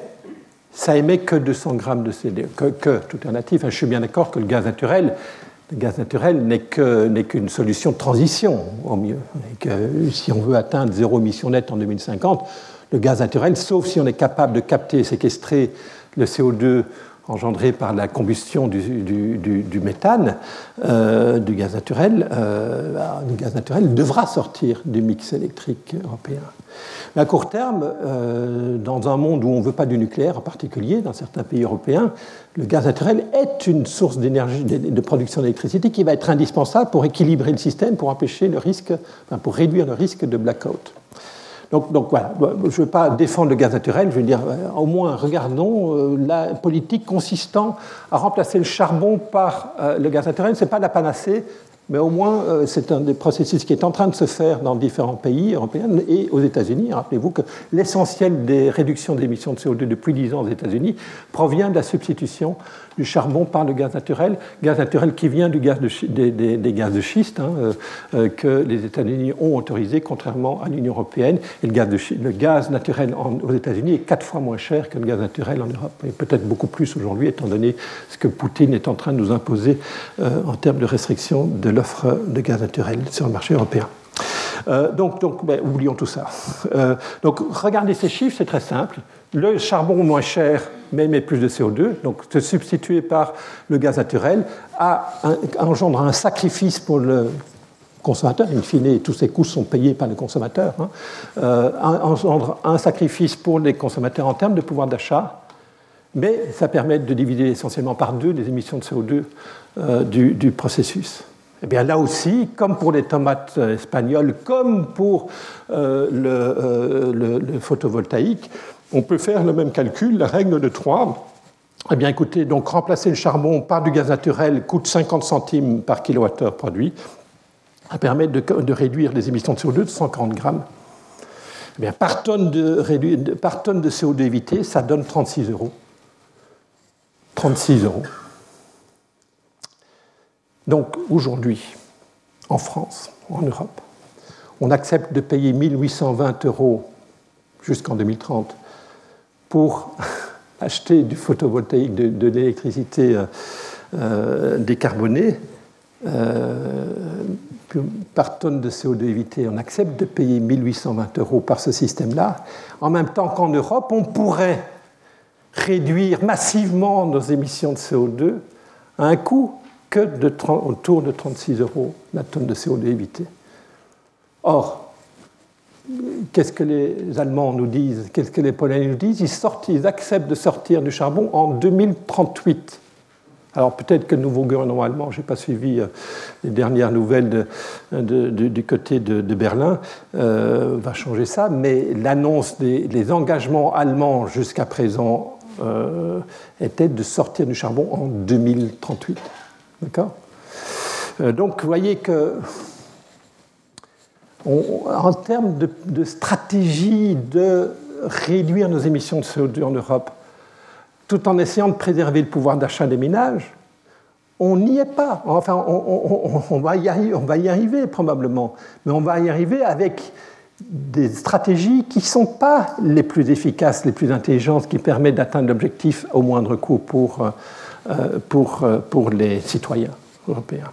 ça émet que deux cents grammes de C O deux, que, que tout est relatif. Je suis bien d'accord que le gaz naturel, le gaz naturel n'est, que, n'est qu'une solution de transition, au mieux. Et que si on veut atteindre zéro émission nette en deux mille cinquante, le gaz naturel, sauf si on est capable de capter et séquestrer le C O deux engendré par la combustion du, du, du, du méthane, euh, du gaz naturel, euh, le gaz naturel devra sortir du mix électrique européen. Mais à court terme, euh, dans un monde où on ne veut pas du nucléaire en particulier, dans certains pays européens, le gaz naturel est une source d'énergie, de, de production d'électricité qui va être indispensable pour équilibrer le système, pour empêcher le risque, enfin, pour réduire le risque de blackout. Donc, donc voilà, je ne veux pas défendre le gaz naturel, je veux dire, au moins regardons euh, la politique consistant à remplacer le charbon par euh, le gaz naturel. Ce n'est pas la panacée, mais au moins euh, c'est un des processus qui est en train de se faire dans différents pays européens et aux États-Unis. Rappelez-vous que l'essentiel des réductions d'émissions de C O deux depuis dix ans aux États-Unis provient de la substitution du charbon par le gaz naturel, gaz naturel qui vient du gaz de chi- des, des, des gaz de schiste hein, euh, euh, que les États-Unis ont autorisé, contrairement à l'Union européenne. Et le gaz, de chi- le gaz naturel en, aux États-Unis est quatre fois moins cher que le gaz naturel en Europe, et peut-être beaucoup plus aujourd'hui, étant donné ce que Poutine est en train de nous imposer euh, en termes de restriction de l'offre de gaz naturel sur le marché européen. Euh, donc, donc ben, oublions tout ça. Euh, donc, regardez ces chiffres, c'est très simple. Le charbon moins cher, mais émet plus de C O deux, donc se substituer par le gaz naturel, a un, engendre un sacrifice pour le consommateur. In fine, tous ces coûts sont payés par le consommateur. Hein. Euh, engendre un sacrifice pour les consommateurs en termes de pouvoir d'achat, mais ça permet de diviser essentiellement par deux les émissions de C O deux euh, du, du processus. Eh bien, là aussi, comme pour les tomates espagnoles, comme pour euh, le, euh, le, le photovoltaïque, on peut faire le même calcul, la règle de trois. Eh bien, écoutez, donc remplacer le charbon par du gaz naturel coûte cinquante centimes par kilowattheure produit. Ça permet de, de réduire les émissions de C O deux de cent quarante grammes. Eh bien, par tonne de, réduit, par tonne de C O deux évité, ça donne trente-six euros. trente-six euros. Donc, aujourd'hui, en France, en Europe, on accepte de payer mille huit cent vingt euros jusqu'en deux mille trente pour acheter du photovoltaïque, de, de l'électricité euh, euh, décarbonée. Euh, par tonne de C O deux évité, on accepte de payer mille huit cent vingt euros par ce système-là, en même temps qu'en Europe, on pourrait réduire massivement nos émissions de C O deux à un coût que de trente, autour de trente-six euros la tonne de C O deux évité. Or, qu'est-ce que les Allemands nous disent, qu'est-ce que les Polonais nous disent? Ils sortent, ils acceptent de sortir du charbon en deux mille trente-huit, Alors peut-être que le nouveau gouvernement allemand, je n'ai pas suivi euh, les dernières nouvelles de, de, de, du côté de, de Berlin, euh, va changer ça, mais l'annonce des, des engagements allemands jusqu'à présent euh, était de sortir du charbon en deux mille trente-huit. D'accord ? euh, Donc vous voyez que on, en termes de, de stratégie de réduire nos émissions de C O deux en Europe, tout en essayant de préserver le pouvoir d'achat des ménages, on n'y est pas. Enfin, on, on, on, va y arriver, on va y arriver probablement, mais on va y arriver avec des stratégies qui ne sont pas les plus efficaces, les plus intelligentes, qui permettent d'atteindre l'objectif au moindre coût pour, pour, pour les citoyens européens.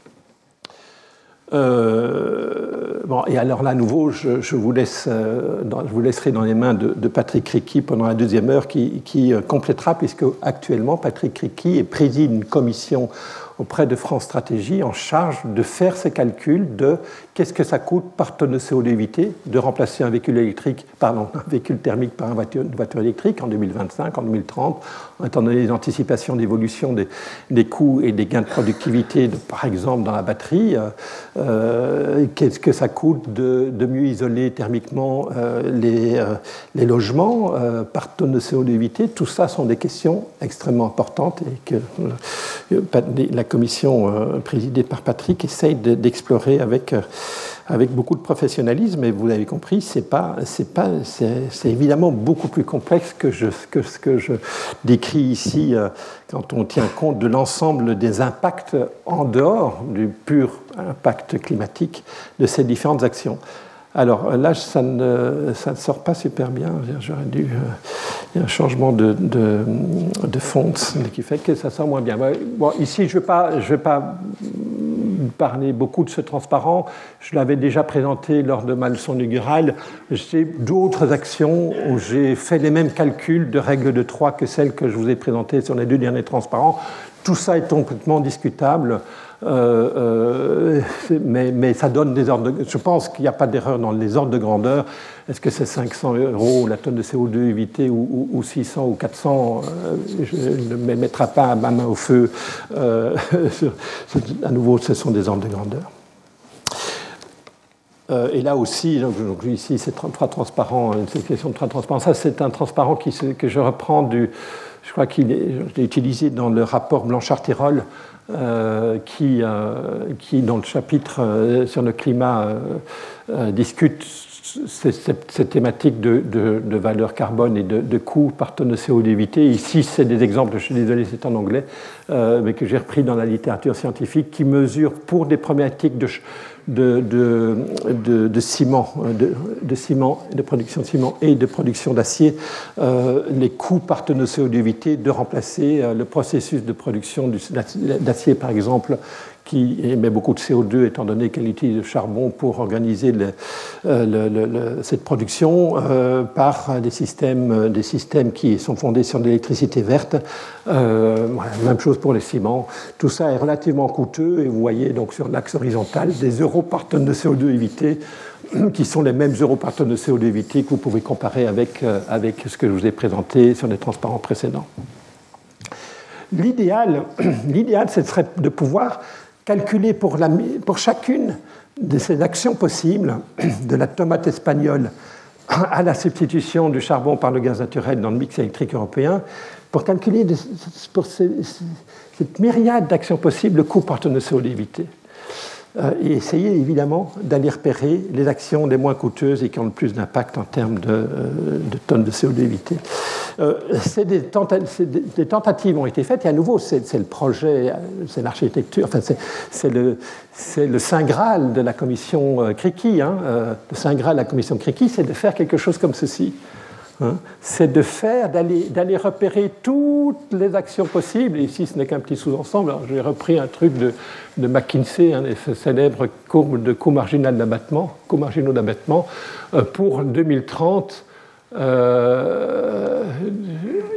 Euh, bon, et alors là, à nouveau, je, je, vous laisse, euh, dans, je vous laisserai dans les mains de, de Patrick Criqui pendant la deuxième heure qui, qui euh, complétera, puisque actuellement, Patrick Criqui préside une commission auprès de France Stratégie en charge de faire ces calculs de qu'est-ce que ça coûte par tonne de C O deux évité de remplacer un véhicule électrique, pardon, un véhicule thermique par une voiture, une voiture électrique en deux mille vingt-cinq, en deux mille trente, étant donné les anticipations d'évolution des, des coûts et des gains de productivité, de, par exemple dans la batterie. Euh, qu'est-ce que ça coûte de, de mieux isoler thermiquement euh, les, euh, les logements euh, par tonne de C O deux évité. Tout ça sont des questions extrêmement importantes et que euh, la commission euh, présidée par Patrick essaye de, d'explorer avec, euh, avec beaucoup de professionnalisme. Et vous l'avez compris, c'est, pas, c'est, pas, c'est, c'est évidemment beaucoup plus complexe que, je, que ce que je décris ici euh, quand on tient compte de l'ensemble des impacts en dehors du pur impact climatique de ces différentes actions. Alors là, ça ne, ça ne sort pas super bien. J'aurais dû. Euh, il y a un changement de, de, de font qui fait que ça sort moins bien. Bon, ici, je ne vais pas, je vais pas parler beaucoup de ce transparent. Je l'avais déjà présenté lors de ma leçon inaugurale. J'ai d'autres actions où j'ai fait les mêmes calculs de règles de trois que celles que je vous ai présentées sur les deux derniers transparents. Tout ça est complètement discutable. Euh, euh, mais, mais ça donne des ordres de, je pense qu'il n'y a pas d'erreur dans les ordres de grandeur. Est-ce que c'est cinq cents euros la tonne de C O deux évitée ou, ou, ou six cents ou quatre cents euh, je ne me mettrai pas ma main au feu. Euh, à nouveau, ce sont des ordres de grandeur. Euh, et là aussi, donc, donc ici, c'est trois transparents, c'est une question de trois transparents. Ça, c'est un transparent qui, que je reprends du. Je crois qu'il est, je l'ai utilisé dans le rapport Blanchard-Tirol. Euh, qui, euh, qui, dans le chapitre euh, sur le climat, euh, euh, discute ces, ces, ces thématiques de, de, de valeur carbone et de, de coût par tonne de C O deux évité. Ici, c'est des exemples, je suis désolé, c'est en anglais, euh, mais que j'ai repris dans la littérature scientifique, qui mesurent pour des problématiques de, de, de, de, de ciment, de, de ciment, de production de ciment et de production d'acier, euh, les coûts par tonne de C O deux évité de remplacer euh, le processus de production du, d'acier, par exemple, qui émet beaucoup de C O deux, étant donné qu'elle utilise le charbon pour organiser le, le, le, le, cette production, euh, par des systèmes, des systèmes qui sont fondés sur de l'électricité verte. Euh, même chose pour les ciments. Tout ça est relativement coûteux, et vous voyez donc sur l'axe horizontal des euros par tonne de C O deux évité, qui sont les mêmes euros par tonne de C O deux évité que vous pouvez comparer avec, euh, avec ce que je vous ai présenté sur les transparents précédents. L'idéal, l'idéal, ce serait de pouvoir calculer pour, la, pour chacune de ces actions possibles, de la tomate espagnole à la substitution du charbon par le gaz naturel dans le mix électrique européen, pour calculer de, pour ces, cette myriade d'actions possibles le coût par tonne de C O deux évité. Euh, et essayer évidemment d'aller repérer les actions les moins coûteuses et qui ont le plus d'impact en termes de, de tonnes de C O deux évitées. Euh, c'est des, tenta- c'est des, des tentatives ont été faites, et à nouveau, c'est, c'est le projet, c'est l'architecture, enfin, c'est, c'est, le, c'est le Saint Graal de la commission euh, Criqui. Hein, euh, le Saint Graal de la commission Criqui, c'est de faire quelque chose comme ceci. Hein, c'est de faire, d'aller, d'aller repérer toutes les actions possibles. Et ici, ce n'est qu'un petit sous-ensemble. Alors, j'ai repris un truc de, de McKinsey, hein, les célèbres courbes de coût marginal d'abattement, coûts marginaux d'abattement, euh, pour deux mille trente. Euh,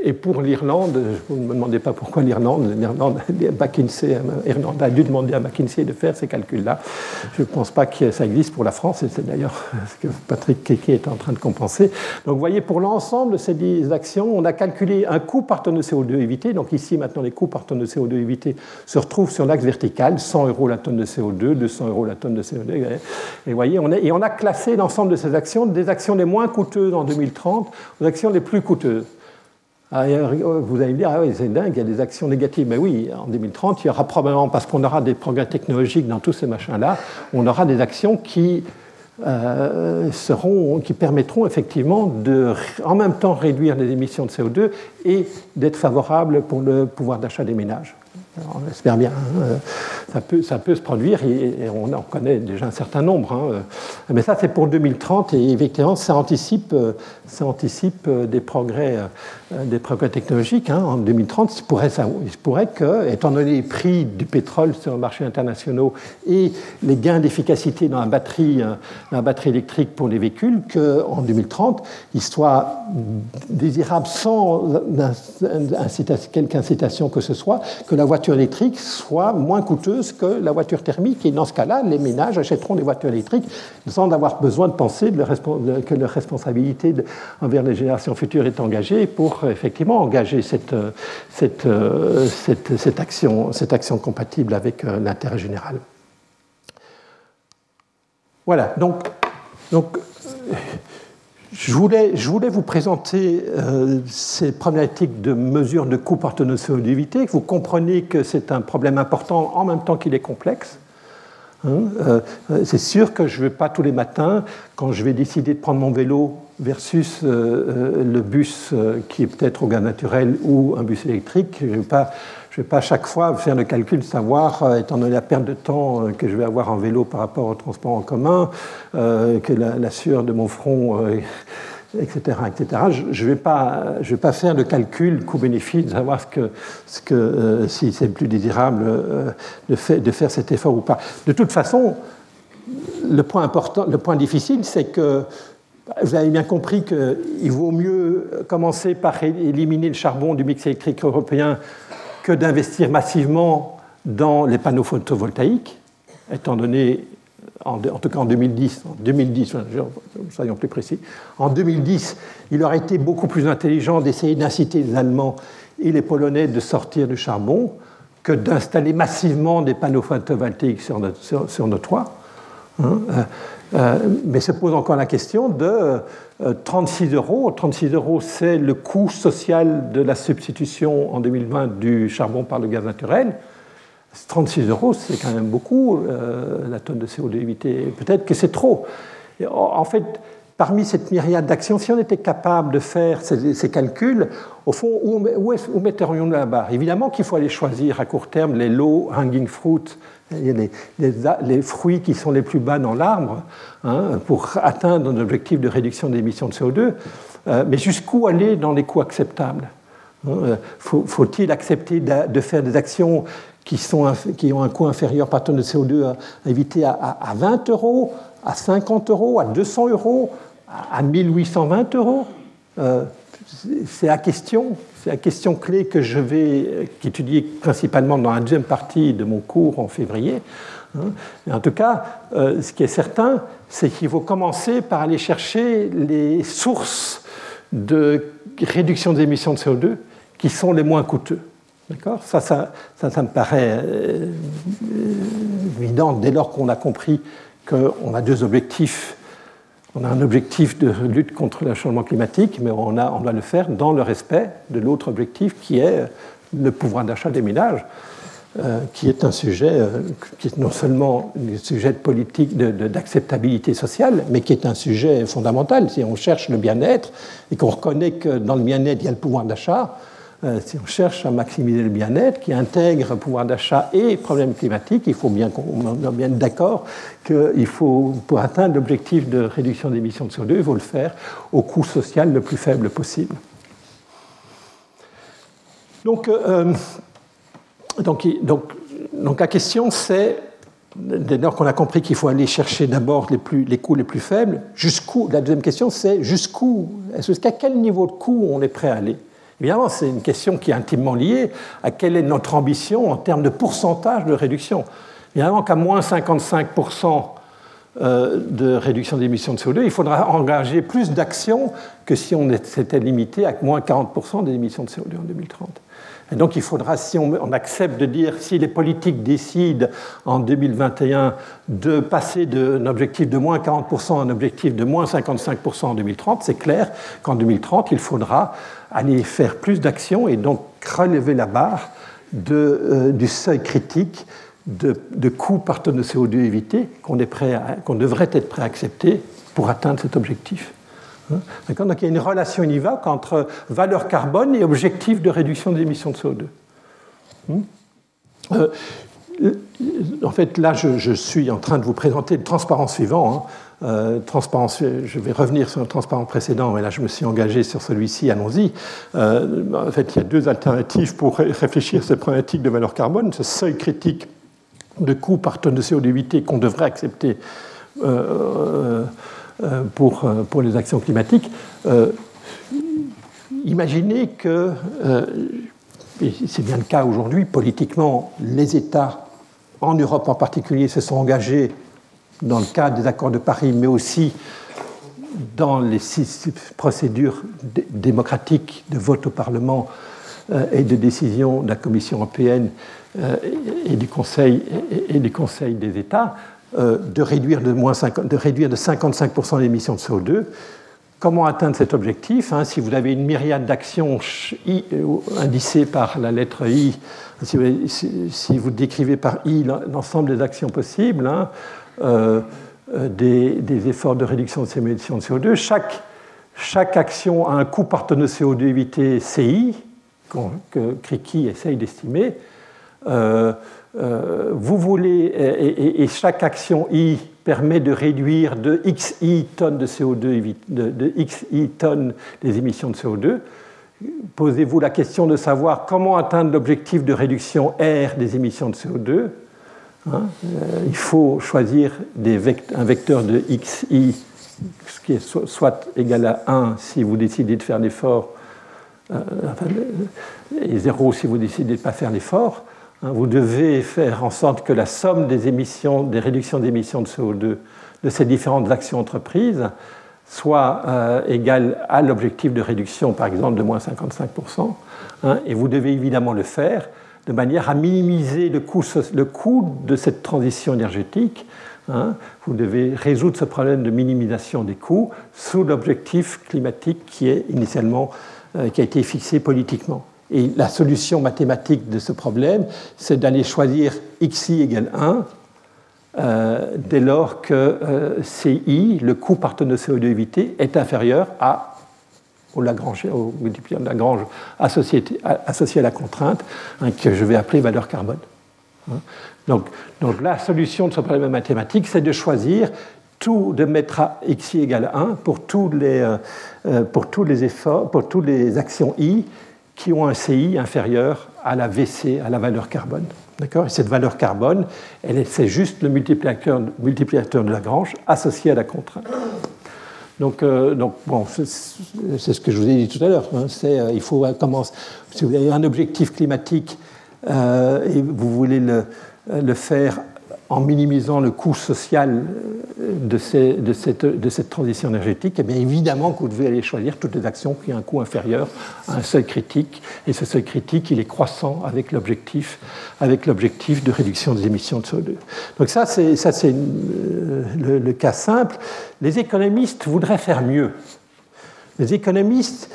et pour l'Irlande, vous ne me demandez pas pourquoi l'Irlande, l'Irlande, McKinsey, l'Irlande a dû demander à McKinsey de faire ces calculs-là. Je ne pense pas que ça existe pour la France, et c'est d'ailleurs ce que Patrick Kéké est en train de compenser. Donc vous voyez, pour l'ensemble de ces actions, on a calculé un coût par tonne de C O deux évité. Donc ici, maintenant, les coûts par tonne de C O deux évité se retrouvent sur l'axe vertical, cent euros la tonne de C O deux, deux cents euros la tonne de C O deux. Et vous voyez, on, est, et on a classé l'ensemble de ces actions, des actions les moins coûteuses en deux mille trente aux actions les plus coûteuses. Vous allez me dire, ah oui, c'est dingue, il y a des actions négatives. Mais oui, en deux mille trente, il y aura probablement, parce qu'on aura des progrès technologiques dans tous ces machins-là, on aura des actions qui, euh, seront, qui permettront effectivement de, en même temps, réduire les émissions de C O deux et d'être favorables pour le pouvoir d'achat des ménages. Alors, on espère bien, hein, ça, peut, ça peut se produire, et, et on en connaît déjà un certain nombre. Hein. Mais ça, c'est pour deux mille trente, et effectivement, ça anticipe, ça anticipe des, progrès, des progrès technologiques. Hein. En deux mille trente, il pourrait, ça, il pourrait que, étant donné les prix du pétrole sur le marché international et les gains d'efficacité dans la batterie, dans la batterie électrique pour les véhicules, qu'en deux mille trente, il soit désirable, sans quelque incitation que ce soit, que la voiture électrique soit moins coûteuse que la voiture thermique. Et dans ce cas-là, les ménages achèteront des voitures électriques sans avoir besoin de penser de leur, que leur responsabilité de, envers les générations futures est engagée pour effectivement engager cette, cette, cette, cette, action, cette action compatible avec l'intérêt général. Voilà, donc, donc je, voulais, je voulais vous présenter euh, ces problématiques de mesure de coût par tonne de C O deux évité, que vous compreniez que c'est un problème important en même temps qu'il est complexe. Hein, euh, c'est sûr que je ne vais pas tous les matins, quand je vais décider de prendre mon vélo versus euh, le bus euh, qui est peut-être au gaz naturel ou un bus électrique, je ne vais pas... Je ne vais pas à chaque fois faire le calcul de savoir, euh, étant donné la perte de temps euh, que je vais avoir en vélo par rapport au transport en commun, euh, que la, la sueur de mon front, euh, et cetera, et cetera. Je ne vais pas, je vais pas faire le calcul coût-bénéfice, de savoir ce que, ce que, euh, si c'est plus désirable euh, de, fait, de faire cet effort ou pas. De toute façon, le point important, le point difficile, c'est que vous avez bien compris qu'il vaut mieux commencer par éliminer le charbon du mix électrique européen que d'investir massivement dans les panneaux photovoltaïques, étant donné, en, en tout cas en deux mille dix, en deux mille dix, soyons plus précis, en deux mille dix, il aurait été beaucoup plus intelligent d'essayer d'inciter les Allemands et les Polonais de sortir du charbon que d'installer massivement des panneaux photovoltaïques sur nos, sur, sur nos toits. Hein, euh, euh, mais se pose encore la question de euh, trente-six euros. trente-six euros, c'est le coût social de la substitution en deux mille vingt du charbon par le gaz naturel. trente-six euros, c'est quand même beaucoup, euh, la tonne de C O deux évitée. Peut-être que c'est trop. Et en fait, parmi cette myriade d'actions, si on était capable de faire ces, ces calculs, au fond, où, où, où metterions-nous la barre? Évidemment qu'il faut aller choisir à court terme les low hanging fruits, les, les, les fruits qui sont les plus bas dans l'arbre, hein, pour atteindre un objectif de réduction des émissions de C O deux. Euh, mais jusqu'où aller dans les coûts acceptables? Hein, faut, faut-il accepter de, de faire des actions qui, sont, qui ont un coût inférieur par tonne de C O deux à, à éviter à, à, à vingt euros, à cinquante euros, à deux cents euros, à mille huit cent vingt euros? euh, C'est la question, c'est la question clé que je vais étudier principalement dans la deuxième partie de mon cours en février. En tout cas, euh, ce qui est certain, c'est qu'il faut commencer par aller chercher les sources de réduction des émissions de C O deux qui sont les moins coûteux. D'accord ? Ça, ça, ça, ça me paraît euh, évident dès lors qu'on a compris qu'on a deux objectifs. On a un objectif de lutte contre le changement climatique, mais on, a, on doit le faire dans le respect de l'autre objectif qui est le pouvoir d'achat des ménages, euh, qui est un sujet euh, qui est non seulement un sujet de politique de, de, d'acceptabilité sociale, mais qui est un sujet fondamental. Si on cherche le bien-être et qu'on reconnaît que dans le bien-être, il y a le pouvoir d'achat, Euh, si on cherche à maximiser le bien-être, qui intègre pouvoir d'achat et problème climatique, il faut bien qu'on soit bien d'accord qu'il faut, pour atteindre l'objectif de réduction d'émissions de C O deux, il faut le faire au coût social le plus faible possible. Donc, euh, donc, donc, donc la question c'est, dès lors qu'on a compris qu'il faut aller chercher d'abord les, plus, les coûts les plus faibles, jusqu'où, la deuxième question c'est jusqu'où, jusqu'à quel niveau de coût on est prêt à aller? Évidemment, c'est une question qui est intimement liée à quelle est notre ambition en termes de pourcentage de réduction. Évidemment qu'à moins cinquante-cinq pour cent de réduction d'émissions de C O deux, il faudra engager plus d'actions que si on s'était limité à moins quarante pour cent des émissions de C O deux en deux mille trente. Et donc il faudra, si on, on accepte de dire, si les politiques décident en deux mille vingt et un de passer d'un objectif de moins quarante pour cent à un objectif de moins cinquante-cinq pour cent en deux mille trente, c'est clair qu'en deux mille trente, il faudra aller faire plus d'actions et donc relever la barre de, euh, du seuil critique de, de coûts par tonne de C O deux évité qu'on est prêt à, qu'on devrait être prêt à accepter pour atteindre cet objectif. D'accord ? Donc il y a une relation univoque entre valeur carbone et objectif de réduction des émissions de C O deux. Euh, en fait, là, je, je suis en train de vous présenter le transparent suivant. Hein. Euh, transparence, je vais revenir sur le transparent précédent, mais là, je me suis engagé sur celui-ci, allons-y. Euh, en fait, il y a deux alternatives pour réfléchir à cette problématique de valeur carbone. Ce seuil critique de coût par tonne de C O deux évité qu'on devrait accepter euh, euh, pour, pour les actions climatiques. Euh, imaginez que, euh, et c'est bien le cas aujourd'hui, politiquement, les États, en Europe en particulier, se sont engagés dans le cadre des accords de Paris, mais aussi dans les six procédures démocratiques de vote au Parlement euh, et de décision de la Commission européenne euh, et, du Conseil, et, et du Conseil des États, euh, de, réduire de, moins cinquante, de réduire de cinquante-cinq pour cent l'émission de C O deux. Comment atteindre cet objectif, hein, si vous avez une myriade d'actions indicées par la lettre I, si vous, si, si vous décrivez par I l'ensemble des actions possibles, hein, euh, des, des efforts de réduction de ces émissions de C O deux, chaque, chaque action a un coût par tonne de C O deux évité C I, que Criqui essaye d'estimer. Euh, euh, vous voulez, et, et, et chaque action I permet de réduire de X I tonnes de C O deux, de, de X I tonnes des émissions de C O deux. Posez-vous la question de savoir comment atteindre l'objectif de réduction R des émissions de C O deux. Hein, euh, il faut choisir des vect- un vecteur de X I, ce qui est so- soit égal à un si vous décidez de faire l'effort, euh, enfin, et zéro si vous décidez de ne pas faire l'effort. Vous devez faire en sorte que la somme des émissions, des réductions d'émissions de C O deux de ces différentes actions entreprises soit euh, égale à l'objectif de réduction, par exemple, de moins cinquante-cinq pour cent. Hein, et vous devez évidemment le faire de manière à minimiser le coût, le coût de cette transition énergétique. Hein. Vous devez résoudre ce problème de minimisation des coûts sous l'objectif climatique qui est initialement, euh, qui a été fixé politiquement. Et la solution mathématique de ce problème, c'est d'aller choisir xi égale un euh, dès lors que euh, ci, le coût par tonne de C O deux évité, est inférieur à, au, Lagrange, au multiplicateur de Lagrange associé, associé à la contrainte, hein, que je vais appeler valeur carbone. Hein. Donc, donc la solution de ce problème mathématique, c'est de choisir tout, de mettre à xi égale un pour tous les, euh, pour tous les efforts, pour toutes les actions I qui ont un C I inférieur à la V C, à la valeur carbone. D'accord ? Et cette valeur carbone, elle, c'est juste le multiplicateur, multiplicateur de Lagrange associé à la contrainte. Donc, euh, donc bon, c'est, c'est ce que je vous ai dit tout à l'heure. Hein, c'est, euh, il faut commencer. Si vous avez un objectif climatique euh, et vous voulez le, le faire en minimisant le coût social de, ces, de, cette, de cette transition énergétique, eh bien évidemment que vous devez aller choisir toutes les actions qui ont un coût inférieur à un seuil critique. Et ce seuil critique, il est croissant avec l'objectif, avec l'objectif de réduction des émissions de C O deux. Donc ça, c'est, ça, c'est euh, le, le cas simple. Les économistes voudraient faire mieux. Les économistes,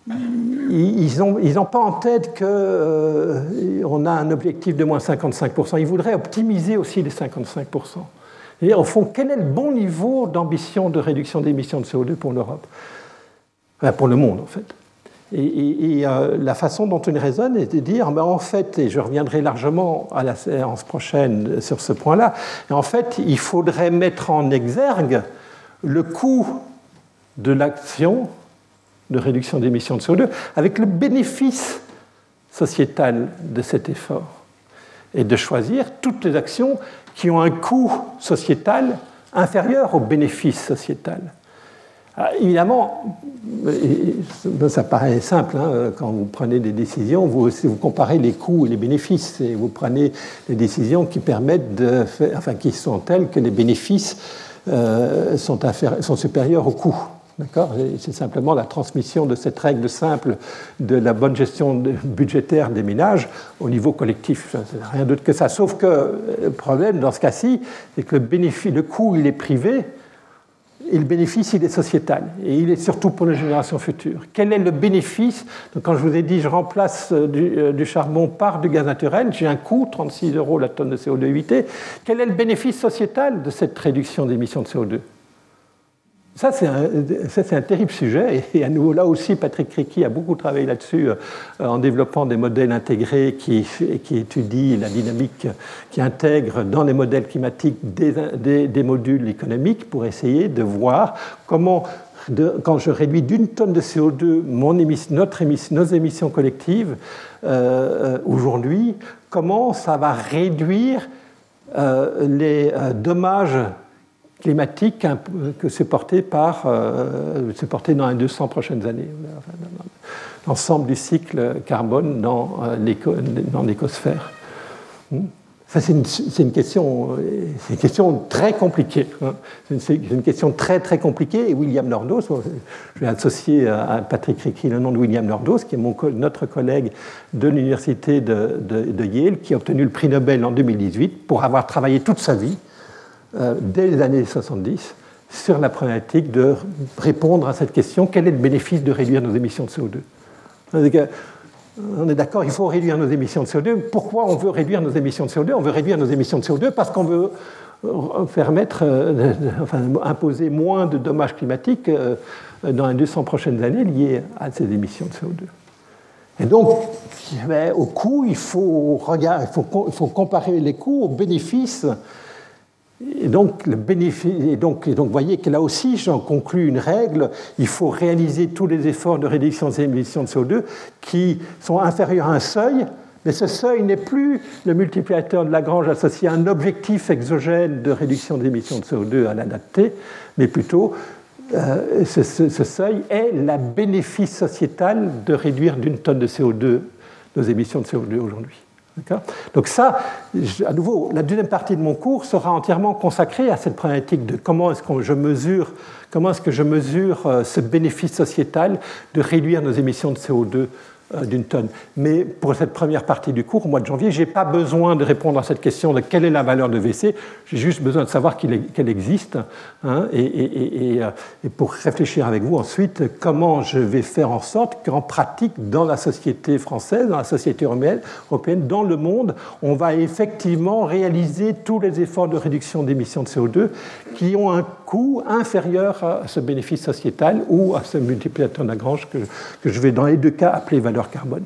ils n'ont ils ont pas en tête qu'on euh, a un objectif de moins cinquante-cinq pour cent. Ils voudraient optimiser aussi les cinquante-cinq pour cent. Et au fond, quel est le bon niveau d'ambition de réduction d'émissions de C O deux pour l'Europe ? Enfin, pour le monde, en fait. Et, et, et euh, la façon dont on raisonne est de dire, ben, en fait, et je reviendrai largement à la séance prochaine sur ce point-là, en fait, il faudrait mettre en exergue le coût de l'action de réduction d'émissions de C O deux, avec le bénéfice sociétal de cet effort, et de choisir toutes les actions qui ont un coût sociétal inférieur au bénéfice sociétal. Alors, évidemment, ça paraît simple, hein, quand vous prenez des décisions, vous, vous comparez les coûts et les bénéfices, et vous prenez des décisions qui permettent de faire, enfin, qui sont telles que les bénéfices euh, sont, sont supérieurs aux coûts. D'accord ? C'est simplement la transmission de cette règle simple de la bonne gestion budgétaire des ménages au niveau collectif. C'est rien d'autre que ça. Sauf que le problème dans ce cas-ci, c'est que le, bénéfice, le coût, il est privé, et le bénéfice, il est sociétal. Et il est surtout pour les générations futures. Quel est le bénéfice ? Donc, quand je vous ai dit je remplace du, du charbon par du gaz naturel, j'ai un coût, trente-six euros la tonne de C O deux évité. Quel est le bénéfice sociétal de cette réduction d'émissions de C O deux ? Ça, c'est un, ça, c'est un terrible sujet. Et à nouveau, là aussi, Patrick Criqui a beaucoup travaillé là-dessus euh, en développant des modèles intégrés qui, qui étudient la dynamique, qui intègrent dans les modèles climatiques des, des, des modules économiques pour essayer de voir comment, de, quand je réduis d'une tonne de C O deux mon émission, notre émission, nos émissions collectives euh, aujourd'hui, comment ça va réduire euh, les euh, dommages climatique que supporté par euh, supporté dans les deux cents prochaines années, l'ensemble du cycle carbone dans l'éco, dans l'écosphère. Ça, c'est une, c'est une question, c'est une question très compliquée. Hein. C'est une, une question très très compliquée. Et William Nordhaus, je vais associer à Patrick Criqui le nom de William Nordhaus, qui est mon, notre collègue de l'université de, de, de Yale, qui a obtenu le prix Nobel en deux mille dix-huit pour avoir travaillé toute sa vie Euh, dès les années soixante-dix, sur la problématique de répondre à cette question, quel est le bénéfice de réduire nos émissions de C O deux ? On est d'accord, il faut réduire nos émissions de C O deux. Pourquoi on veut réduire nos émissions de C O deux ? On veut réduire nos émissions de C O deux parce qu'on veut permettre, euh, enfin, imposer moins de dommages climatiques euh, dans les deux cents prochaines années liés à ces émissions de C O deux. Et donc, ben, au coût, il faut, regarder, il, faut, il faut comparer les coûts aux bénéfices. Et donc, le bénéfice, et donc, et donc, vous voyez que là aussi, j'en conclus une règle, il faut réaliser tous les efforts de réduction des émissions de C O deux qui sont inférieurs à un seuil, mais ce seuil n'est plus le multiplicateur de Lagrange associé à un objectif exogène de réduction des émissions de C O deux à l'adapter, mais plutôt euh, ce, ce, ce seuil est le bénéfice sociétal de réduire d'une tonne de C O deux nos émissions de C O deux aujourd'hui. D'accord ? Donc ça, à nouveau, la deuxième partie de mon cours sera entièrement consacrée à cette problématique de comment est-ce que je mesure, comment est-ce que je mesure ce bénéfice sociétal de réduire nos émissions de C O deux d'une tonne. Mais pour cette première partie du cours, au mois de janvier, je n'ai pas besoin de répondre à cette question de quelle est la valeur de V C, j'ai juste besoin de savoir qu'elle existe, hein, et, et, et, et pour réfléchir avec vous ensuite comment je vais faire en sorte qu'en pratique, dans la société française, dans la société européenne, dans le monde, on va effectivement réaliser tous les efforts de réduction d'émissions de C O deux qui ont un coût inférieur à ce bénéfice sociétal ou à ce multiplicateur de Lagrange que, que je vais dans les deux cas appeler valeur carbone.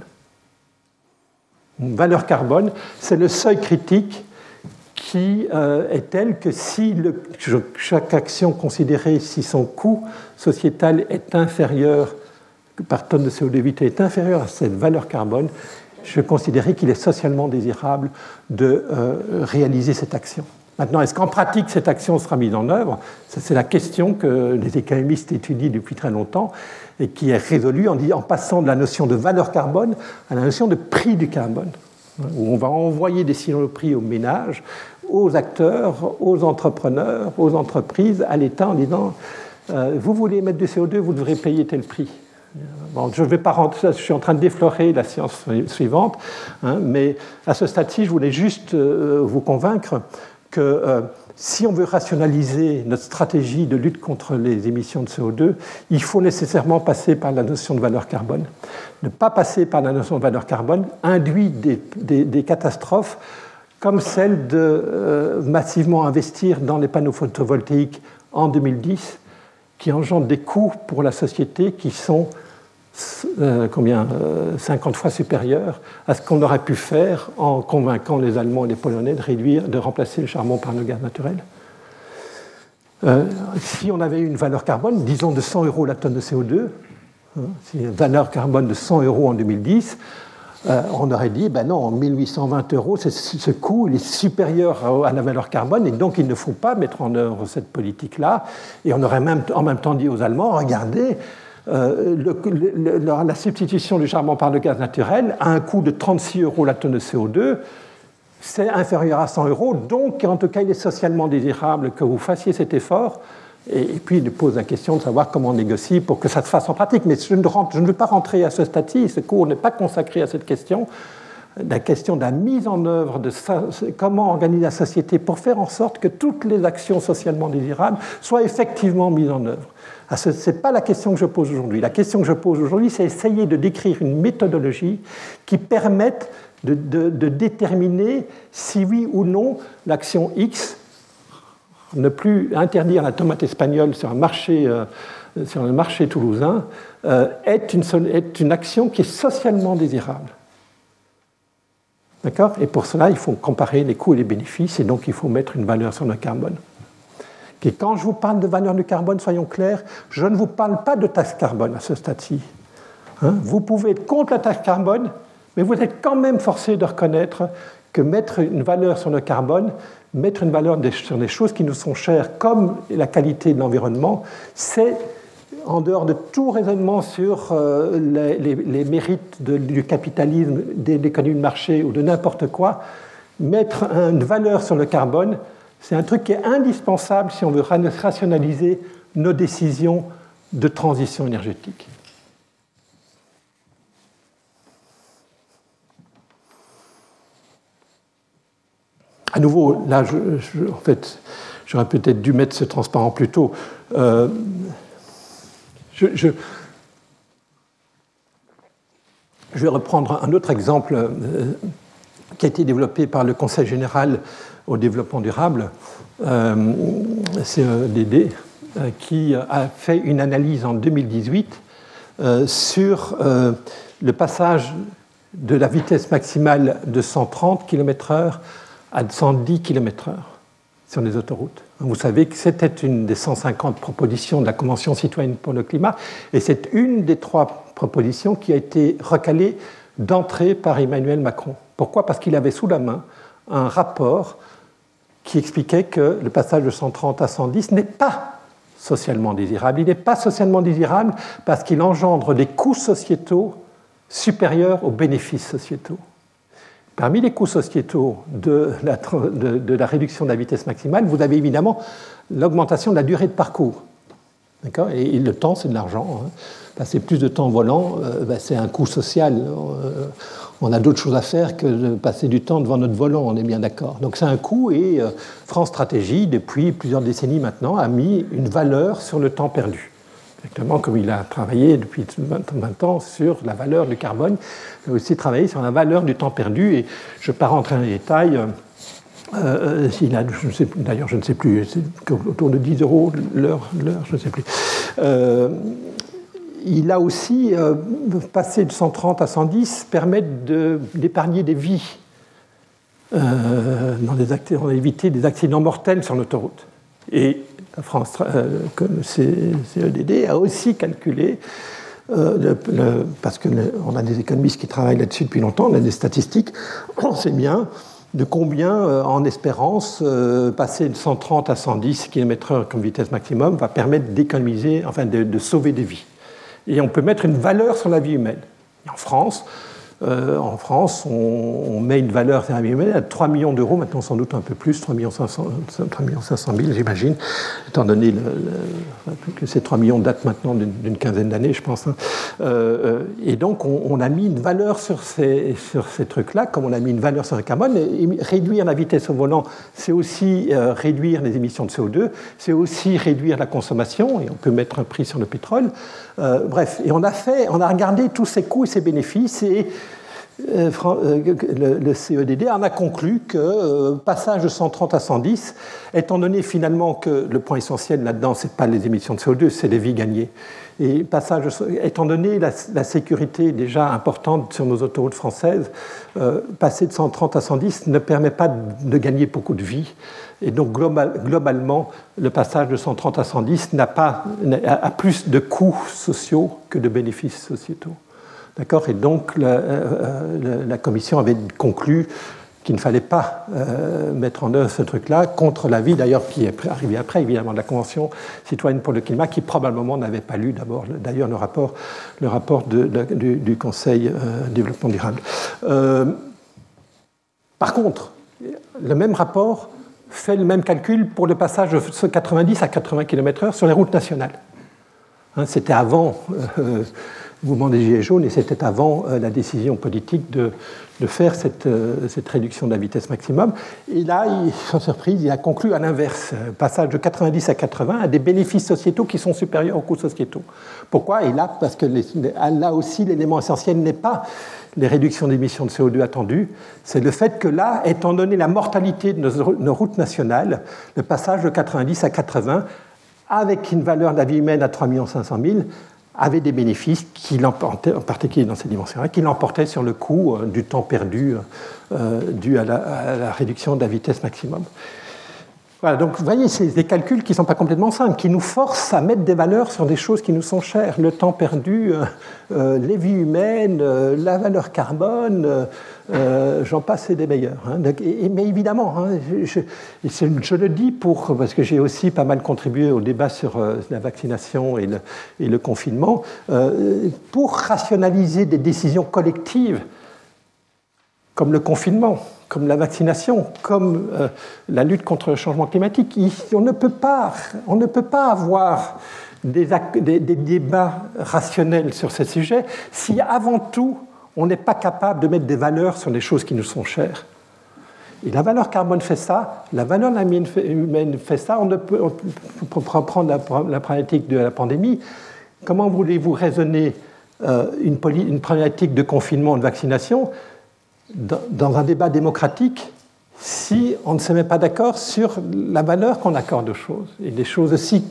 Une valeur carbone, c'est le seuil critique qui euh, est tel que si le, chaque action considérée, si son coût sociétal est inférieur, par tonne de C O deux évité est inférieur à cette valeur carbone, je considérais qu'il est socialement désirable de euh, réaliser cette action. Maintenant, est-ce qu'en pratique, cette action sera mise en œuvre ? Ça, c'est la question que les économistes étudient depuis très longtemps et qui est résolue en, en passant de la notion de valeur carbone à la notion de prix du carbone, où on va envoyer des signaux de prix aux ménages, aux acteurs, aux entrepreneurs, aux entreprises, à l'État en disant euh, « vous voulez émettre du C O deux, vous devrez payer tel prix ». Bon, je ne vais pas rentrer, je suis en train de déflorer la science suivante, hein, mais à ce stade-ci, je voulais juste euh, vous convaincre que euh, si on veut rationaliser notre stratégie de lutte contre les émissions de C O deux, il faut nécessairement passer par la notion de valeur carbone. Ne pas passer par la notion de valeur carbone induit des, des, des catastrophes comme celle de euh, massivement investir dans les panneaux photovoltaïques en deux mille dix, qui engendrent des coûts pour la société qui sont euh, combien, euh, cinquante fois supérieurs à ce qu'on aurait pu faire en convainquant les Allemands et les Polonais de réduire, de remplacer le charbon par le gaz naturel. Euh, si on avait eu une valeur carbone, disons de cent euros la tonne de C O deux, hein, si une valeur carbone de cent euros en deux mille dix, euh, on aurait dit, ben non, mille huit cent vingt euros, ce coût il est supérieur à, à la valeur carbone, et donc il ne faut pas mettre en œuvre cette politique-là. Et on aurait même en même temps dit aux Allemands, regardez, euh, le, le, le, la substitution du charbon par le gaz naturel a un coût de trente-six euros la tonne de C O deux, c'est inférieur à cent euros, donc en tout cas il est socialement désirable que vous fassiez cet effort. Et puis il pose la question de savoir comment on négocie pour que ça se fasse en pratique. Mais je ne, rentre, je ne veux pas rentrer à ce stade-ci, ce cours n'est pas consacré à cette question, la question de la mise en œuvre de ça, comment organiser la société pour faire en sorte que toutes les actions socialement désirables soient effectivement mises en œuvre. Ce n'est pas la question que je pose aujourd'hui. La question que je pose aujourd'hui, c'est essayer de décrire une méthodologie qui permette de, de, de déterminer si oui ou non l'action X, ne plus interdire la tomate espagnole sur un marché, euh, sur un marché toulousain, euh, est, une, est une action qui est socialement désirable. D'accord ? Et pour cela, il faut comparer les coûts et les bénéfices, et donc il faut mettre une valeur sur le carbone. Et quand je vous parle de valeur du carbone, soyons clairs, je ne vous parle pas de taxe carbone à ce stade-ci. Hein ? Vous pouvez être contre la taxe carbone, mais vous êtes quand même forcé de reconnaître que mettre une valeur sur le carbone, mettre une valeur sur des choses qui nous sont chères, comme la qualité de l'environnement, c'est, en dehors de tout raisonnement sur les, les, les mérites de, du capitalisme, de l'économie de marché ou de n'importe quoi, mettre une valeur sur le carbone, c'est un truc qui est indispensable si on veut rationaliser nos décisions de transition énergétique. À nouveau, là, je, je, en fait, j'aurais peut-être dû mettre ce transparent plus tôt. Euh, je, je, je vais reprendre un autre exemple euh, qui a été développé par le Conseil général au développement durable, euh, C E D D, euh, qui a fait une analyse en deux mille dix-huit euh, sur euh, le passage de la vitesse maximale de cent trente kilomètres heure à cent dix kilomètres heure sur les autoroutes. Vous savez que c'était une des cent cinquante propositions de la Convention citoyenne pour le climat, et c'est une des trois propositions qui a été recalée d'entrée par Emmanuel Macron. Pourquoi ? Parce qu'il avait sous la main un rapport qui expliquait que le passage de cent trente à cent dix n'est pas socialement désirable. Il n'est pas socialement désirable parce qu'il engendre des coûts sociétaux supérieurs aux bénéfices sociétaux. Parmi les coûts sociétaux de la, de, de la réduction de la vitesse maximale, vous avez évidemment l'augmentation de la durée de parcours. D'accord ? Et, et le temps, c'est de l'argent. Hein. Passer plus de temps au volant, euh, ben, c'est un coût social. Euh, on a d'autres choses à faire que de passer du temps devant notre volant, on est bien d'accord. Donc c'est un coût, et euh, France Stratégie, depuis plusieurs décennies maintenant, a mis une valeur sur le temps perdu. Exactement comme il a travaillé depuis vingt ans sur la valeur du carbone, il a aussi travaillé sur la valeur du temps perdu, et je ne vais pas rentrer dans les détails. Euh, il a, je ne sais, d'ailleurs, je ne sais plus, c'est autour de dix euros l'heure, l'heure, je ne sais plus. Euh, il a aussi euh, passé de cent trente à cent dix, permettre de, d'épargner des vies, euh, dans des accidents, éviter des accidents mortels sur l'autoroute. Et la France, euh, comme le C E D D, a aussi calculé, euh, le, le, parce qu'on a des économistes qui travaillent là-dessus depuis longtemps, on a des statistiques, on sait bien de combien, euh, en espérance, euh, passer de cent trente à cent dix kilomètres heure comme vitesse maximum va permettre d'économiser, enfin de, de sauver des vies. Et on peut mettre une valeur sur la vie humaine. Et en France, Euh, en France, on, on met une valeur sur la vie humaine à trois millions d'euros, maintenant sans doute un peu plus, trois millions cinq cent mille, j'imagine, étant donné le, le, que ces trois millions datent maintenant d'une, d'une quinzaine d'années, je pense. Hein. Euh, et donc, on, on a mis une valeur sur ces, sur ces trucs-là, comme on a mis une valeur sur le carbone. Et réduire la vitesse au volant, c'est aussi euh, réduire les émissions de C O deux, c'est aussi réduire la consommation, et on peut mettre un prix sur le pétrole. Euh, bref, et on a fait, on a regardé tous ces coûts et ces bénéfices, et euh, le, le C E D D en a conclu que euh, passage de cent trente à cent dix, étant donné finalement que le point essentiel là-dedans, c'est pas les émissions de C O deux, c'est les vies gagnées. Et passage, étant donné la, la sécurité déjà importante sur nos autoroutes françaises, euh, passer de cent trente à cent dix ne permet pas de, de gagner beaucoup de vies. Et donc, global, globalement, le passage de cent trente à cent dix n'a pas, a plus de coûts sociaux que de bénéfices sociétaux. D'accord ? Et donc, la, euh, la Commission avait conclu qu'il ne fallait pas euh, mettre en œuvre ce truc-là, contre l'avis, d'ailleurs, qui est arrivé après, évidemment, de la Convention citoyenne pour le climat, qui probablement n'avait pas lu d'abord, d'ailleurs, le rapport, le rapport de, de, du, du Conseil euh, développement durable. Euh, par contre, le même rapport fait le même calcul pour le passage de quatre-vingt-dix à quatre-vingts kilomètres heure sur les routes nationales. Hein, c'était avant euh, le mouvement des Gilets jaunes et c'était avant euh, la décision politique de, de faire cette, euh, cette réduction de la vitesse maximum. Et là, il, sans surprise, il a conclu à l'inverse. Passage de quatre-vingt-dix à quatre-vingts a des bénéfices sociétaux qui sont supérieurs aux coûts sociétaux. Pourquoi ? Et là, parce que les, là aussi, l'élément essentiel n'est pas les réductions d'émissions de C O deux attendues, c'est le fait que là, étant donné la mortalité de nos, nos routes nationales, le passage de quatre-vingt-dix à quatre-vingts, avec une valeur de la vie humaine à trois millions cinq cent mille, avait des bénéfices, qui l'emportaient, en particulier dans ces dimensions-là, qui l'emportaient sur le coût euh, du temps perdu euh, dû à la, à la réduction de la vitesse maximum. Voilà, donc vous voyez, c'est des calculs qui ne sont pas complètement simples, qui nous forcent à mettre des valeurs sur des choses qui nous sont chères. Le temps perdu, euh, euh, les vies humaines, euh, la valeur carbone, euh, euh, j'en passe, c'est des meilleurs. Hein. Et, et, mais évidemment, hein, je, je, je le dis pour, parce que j'ai aussi pas mal contribué au débat sur euh, la vaccination et le, et le confinement, euh, pour rationaliser des décisions collectives, comme le confinement, comme la vaccination, comme euh, la lutte contre le changement climatique. On ne peut pas, on ne peut pas avoir des, des, des débats rationnels sur ces sujets si, avant tout, on n'est pas capable de mettre des valeurs sur les choses qui nous sont chères. Et la valeur carbone fait ça, la valeur humaine fait ça. On ne peut, on, pour prendre la, la problématique de la pandémie, comment voulez-vous raisonner euh, une, une problématique de confinement, de vaccination dans un débat démocratique si on ne se met pas d'accord sur la valeur qu'on accorde aux choses. Et des choses aussi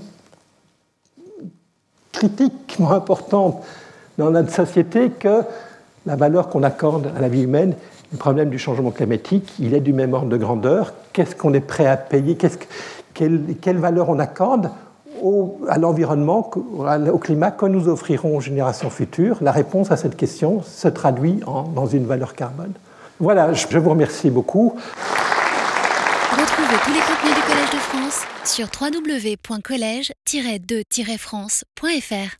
critiquement importantes dans notre société que la valeur qu'on accorde à la vie humaine. Le problème du changement climatique, il est du même ordre de grandeur. Qu'est-ce qu'on est prêt à payer ? Qu'est-ce que, quelle, quelle valeur on accorde au, à l'environnement, au climat que nous offrirons aux générations futures ? La réponse à cette question se traduit en, dans une valeur carbone. Voilà, je vous remercie beaucoup. Retrouvez tous les contenus du Collège de France sur w w w point collège tiret de tiret france point f r.